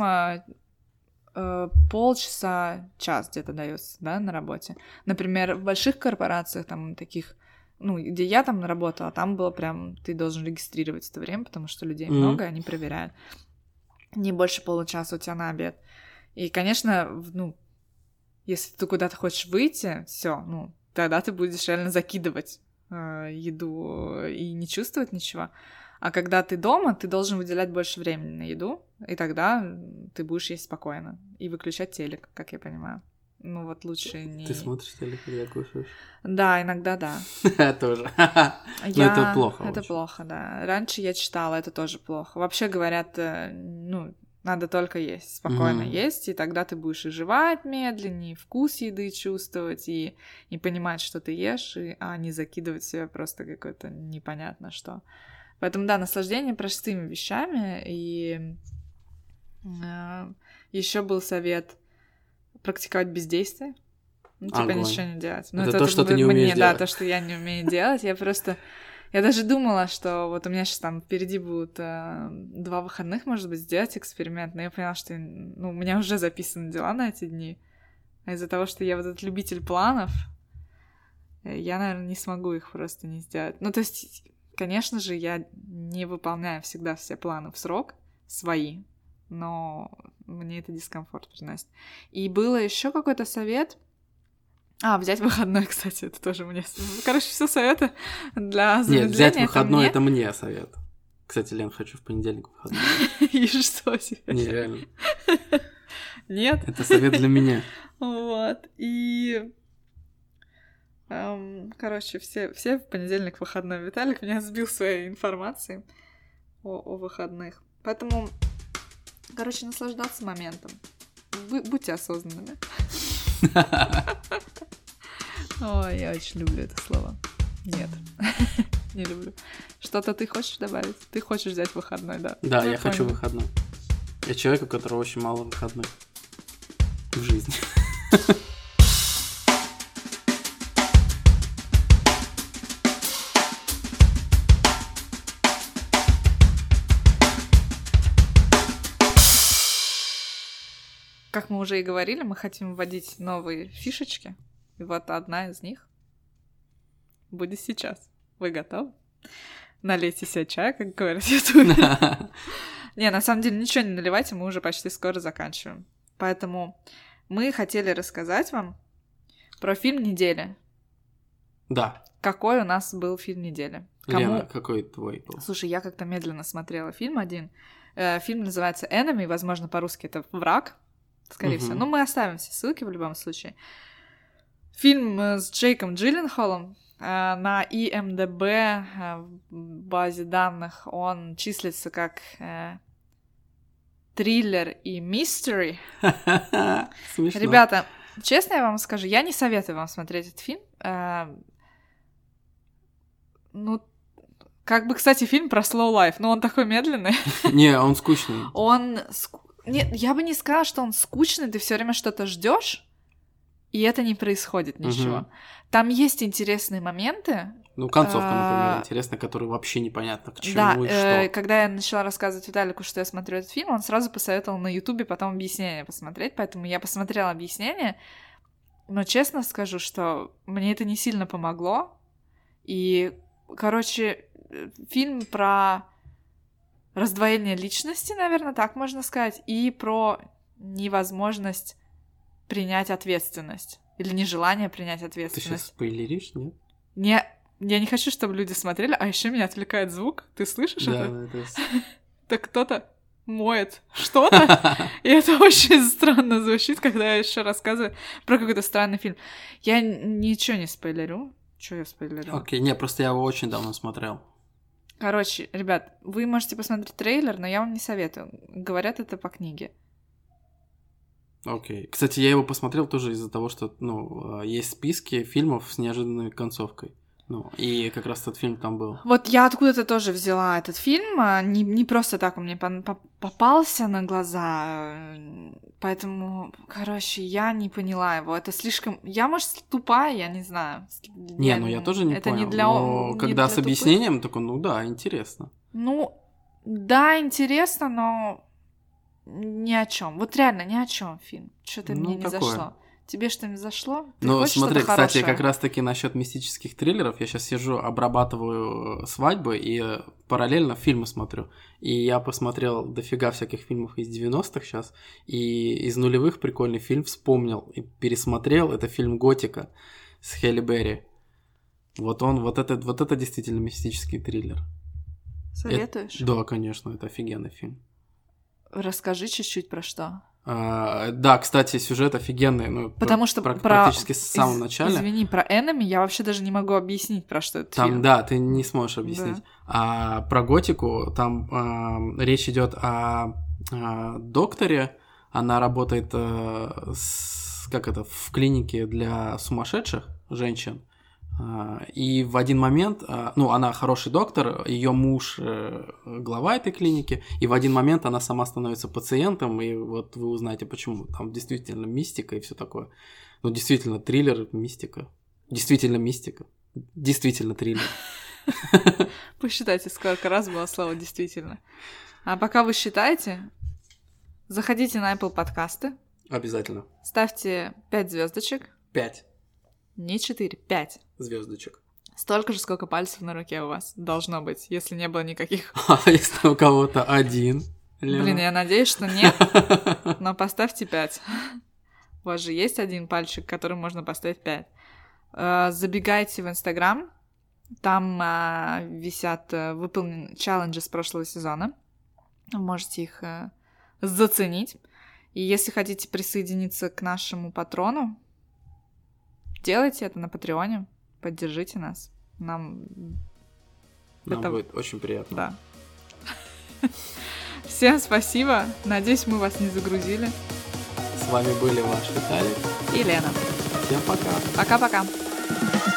[SPEAKER 1] полчаса, час где-то дается, да, на работе. Например, в больших корпорациях, там таких, где я там работала, там было прям, ты должен регистрировать это время, потому что людей много, они проверяют. Не больше получаса у тебя на обед. И, конечно, если ты куда-то хочешь выйти, все, тогда ты будешь реально закидывать еду и не чувствовать ничего. А когда ты дома, ты должен выделять больше времени на еду, и тогда ты будешь есть спокойно и выключать телек, как я понимаю. Лучше не...
[SPEAKER 2] Ты смотришь телек, когда кушаешь?
[SPEAKER 1] Да, иногда да.
[SPEAKER 2] Тоже. Но это плохо.
[SPEAKER 1] Это плохо, да. Раньше я читала, это тоже плохо. Вообще говорят, надо только есть, спокойно есть, и тогда ты будешь и жевать медленнее, и вкус еды чувствовать, и понимать, что ты ешь, а не закидывать себе просто какое-то непонятно что. Поэтому, да, наслаждение простыми вещами, и еще был совет практиковать бездействие, ничего не делать.
[SPEAKER 2] Это то, что ты не умеешь делать.
[SPEAKER 1] Да, то, что я не умею делать, я даже думала, что вот у меня сейчас там впереди будут 2 выходных, может быть, сделать эксперимент, но я поняла, что у меня уже записаны дела на эти дни. А из-за того, что я вот этот любитель планов, я, наверное, не смогу их просто не сделать. То есть, конечно же, я не выполняю всегда все планы в срок свои, но мне это дискомфорт приносит. И было еще какой-то совет... взять выходной, кстати, это тоже мне... Короче, все советы для замедления.
[SPEAKER 2] Нет, взять выходной — это мне совет. Кстати, Лен, хочу в понедельник выходной.
[SPEAKER 1] И что тебе?
[SPEAKER 2] Не, реально.
[SPEAKER 1] Нет?
[SPEAKER 2] Это совет для меня.
[SPEAKER 1] Вот. И... Короче, все в понедельник выходной. Виталик меня сбил своей информацией о выходных. Поэтому, короче, наслаждаться моментом. Будьте осознанными. Ой, я очень люблю это слово. Нет, не люблю. Что-то ты хочешь добавить? Ты хочешь взять выходной, да?
[SPEAKER 2] Да, я хочу выходной. Я человек, у которого очень мало выходных в жизни.
[SPEAKER 1] Как мы уже и говорили, мы хотим вводить новые фишечки. И вот одна из них будет сейчас. Вы готовы? Налейте себе чай, как говорят в Ютубе. Не, на самом деле ничего не наливайте, мы уже почти скоро заканчиваем. Поэтому мы хотели рассказать вам про фильм недели.
[SPEAKER 2] Да.
[SPEAKER 1] Какой у нас был фильм недели?
[SPEAKER 2] Лена, какой твой был?
[SPEAKER 1] Слушай, я как-то медленно смотрела фильм один. Фильм называется «Enemy», возможно, по-русски это «Враг», скорее всего. Но мы оставим все ссылки в любом случае. Фильм с Джейком Джилленхолом. На IMDb в базе данных он числится как триллер и мистери.
[SPEAKER 2] Смешно.
[SPEAKER 1] Ребята, честно я вам скажу, я не советую вам смотреть этот фильм. Ну, как бы, кстати, фильм про slow life, но он такой медленный.
[SPEAKER 2] Не, он скучный.
[SPEAKER 1] Нет, я бы не сказала, что он скучный, ты все время что-то ждешь, и это не происходит ничего. Там есть интересные моменты.
[SPEAKER 2] Ну, концовка, например, интересная, которая вообще непонятно к чему и что.
[SPEAKER 1] Когда я начала рассказывать Виталику, что я смотрю этот фильм, он сразу посоветовал на Ютубе потом объяснение посмотреть, поэтому я посмотрела объяснение, но честно скажу, что мне это не сильно помогло. И, короче, фильм про раздвоение личности, наверное, так можно сказать, и про невозможность принять ответственность. Или нежелание принять ответственность.
[SPEAKER 2] Ты сейчас спойлеришь, нет?
[SPEAKER 1] Я не хочу, чтобы люди смотрели, а еще меня отвлекает звук. Ты слышишь это?
[SPEAKER 2] Да, это...
[SPEAKER 1] Так кто-то моет что-то, и это очень странно звучит, когда я еще рассказываю про какой-то странный фильм. Я ничего не спойлерю. Чё я спойлерю?
[SPEAKER 2] Окей, не, просто я его очень давно смотрел.
[SPEAKER 1] Короче, ребят, вы можете посмотреть трейлер, но я вам не советую. Говорят, это по книге.
[SPEAKER 2] Окей. Кстати, я его посмотрел тоже из-за того, что, есть списки фильмов с неожиданной концовкой. И как раз этот фильм там был.
[SPEAKER 1] Вот я откуда-то тоже взяла этот фильм. Не просто так он мне попался на глаза. Поэтому, короче, я не поняла его. Это слишком... Я, может, тупая, я не знаю.
[SPEAKER 2] Я тоже не
[SPEAKER 1] это
[SPEAKER 2] понял.
[SPEAKER 1] Не для...
[SPEAKER 2] Но
[SPEAKER 1] не
[SPEAKER 2] когда
[SPEAKER 1] для
[SPEAKER 2] с объяснением, такой, да, интересно.
[SPEAKER 1] Да, интересно, но ни о чем. Вот реально ни о чем фильм. Что-то мне не зашло. Тебе что-нибудь зашло?
[SPEAKER 2] Смотри, кстати, как раз-таки насчет мистических триллеров, я сейчас сижу, обрабатываю свадьбы и параллельно фильмы смотрю. И я посмотрел дофига всяких фильмов из 90-х сейчас, и из нулевых прикольный фильм вспомнил и пересмотрел. Это фильм «Готика» с Хелли Берри. Вот это действительно мистический триллер.
[SPEAKER 1] Советуешь?
[SPEAKER 2] Да, конечно, это офигенный фильм.
[SPEAKER 1] Расскажи чуть-чуть про что.
[SPEAKER 2] Да, кстати, сюжет офигенный.
[SPEAKER 1] Потому что
[SPEAKER 2] практически с самого начала.
[SPEAKER 1] Извини, про Enemy я вообще даже не могу объяснить, про что это
[SPEAKER 2] там,
[SPEAKER 1] фильм.
[SPEAKER 2] Да, ты не сможешь объяснить. Да. А про Готику там речь идет о докторе. Она работает в клинике для сумасшедших женщин. И в один момент, она хороший доктор, ее муж глава этой клиники, и в один момент она сама становится пациентом, и вот вы узнаете, почему. Там действительно мистика и все такое. Действительно триллер, мистика. Действительно мистика. Действительно триллер.
[SPEAKER 1] Посчитайте, сколько раз было слово «действительно». А пока вы считаете, заходите на Apple подкасты.
[SPEAKER 2] Обязательно.
[SPEAKER 1] Ставьте 5 звездочек.
[SPEAKER 2] 5.
[SPEAKER 1] Не 4, 5
[SPEAKER 2] звездочек.
[SPEAKER 1] Столько же, сколько пальцев на руке у вас должно быть, если не было никаких.
[SPEAKER 2] А если у кого-то один? Лена?
[SPEAKER 1] Блин, я надеюсь, что нет, но поставьте 5. У вас же есть один пальчик, которым можно поставить 5. Забегайте в Инстаграм, там висят выполненные челленджи с прошлого сезона. Вы можете их заценить. И если хотите присоединиться к нашему патрону, делайте это на Патреоне, поддержите нас. Нам
[SPEAKER 2] будет очень приятно.
[SPEAKER 1] Да. Всем спасибо. Надеюсь, мы вас не загрузили.
[SPEAKER 2] С вами были ваш Виталик
[SPEAKER 1] и Лена.
[SPEAKER 2] Всем пока.
[SPEAKER 1] Пока-пока.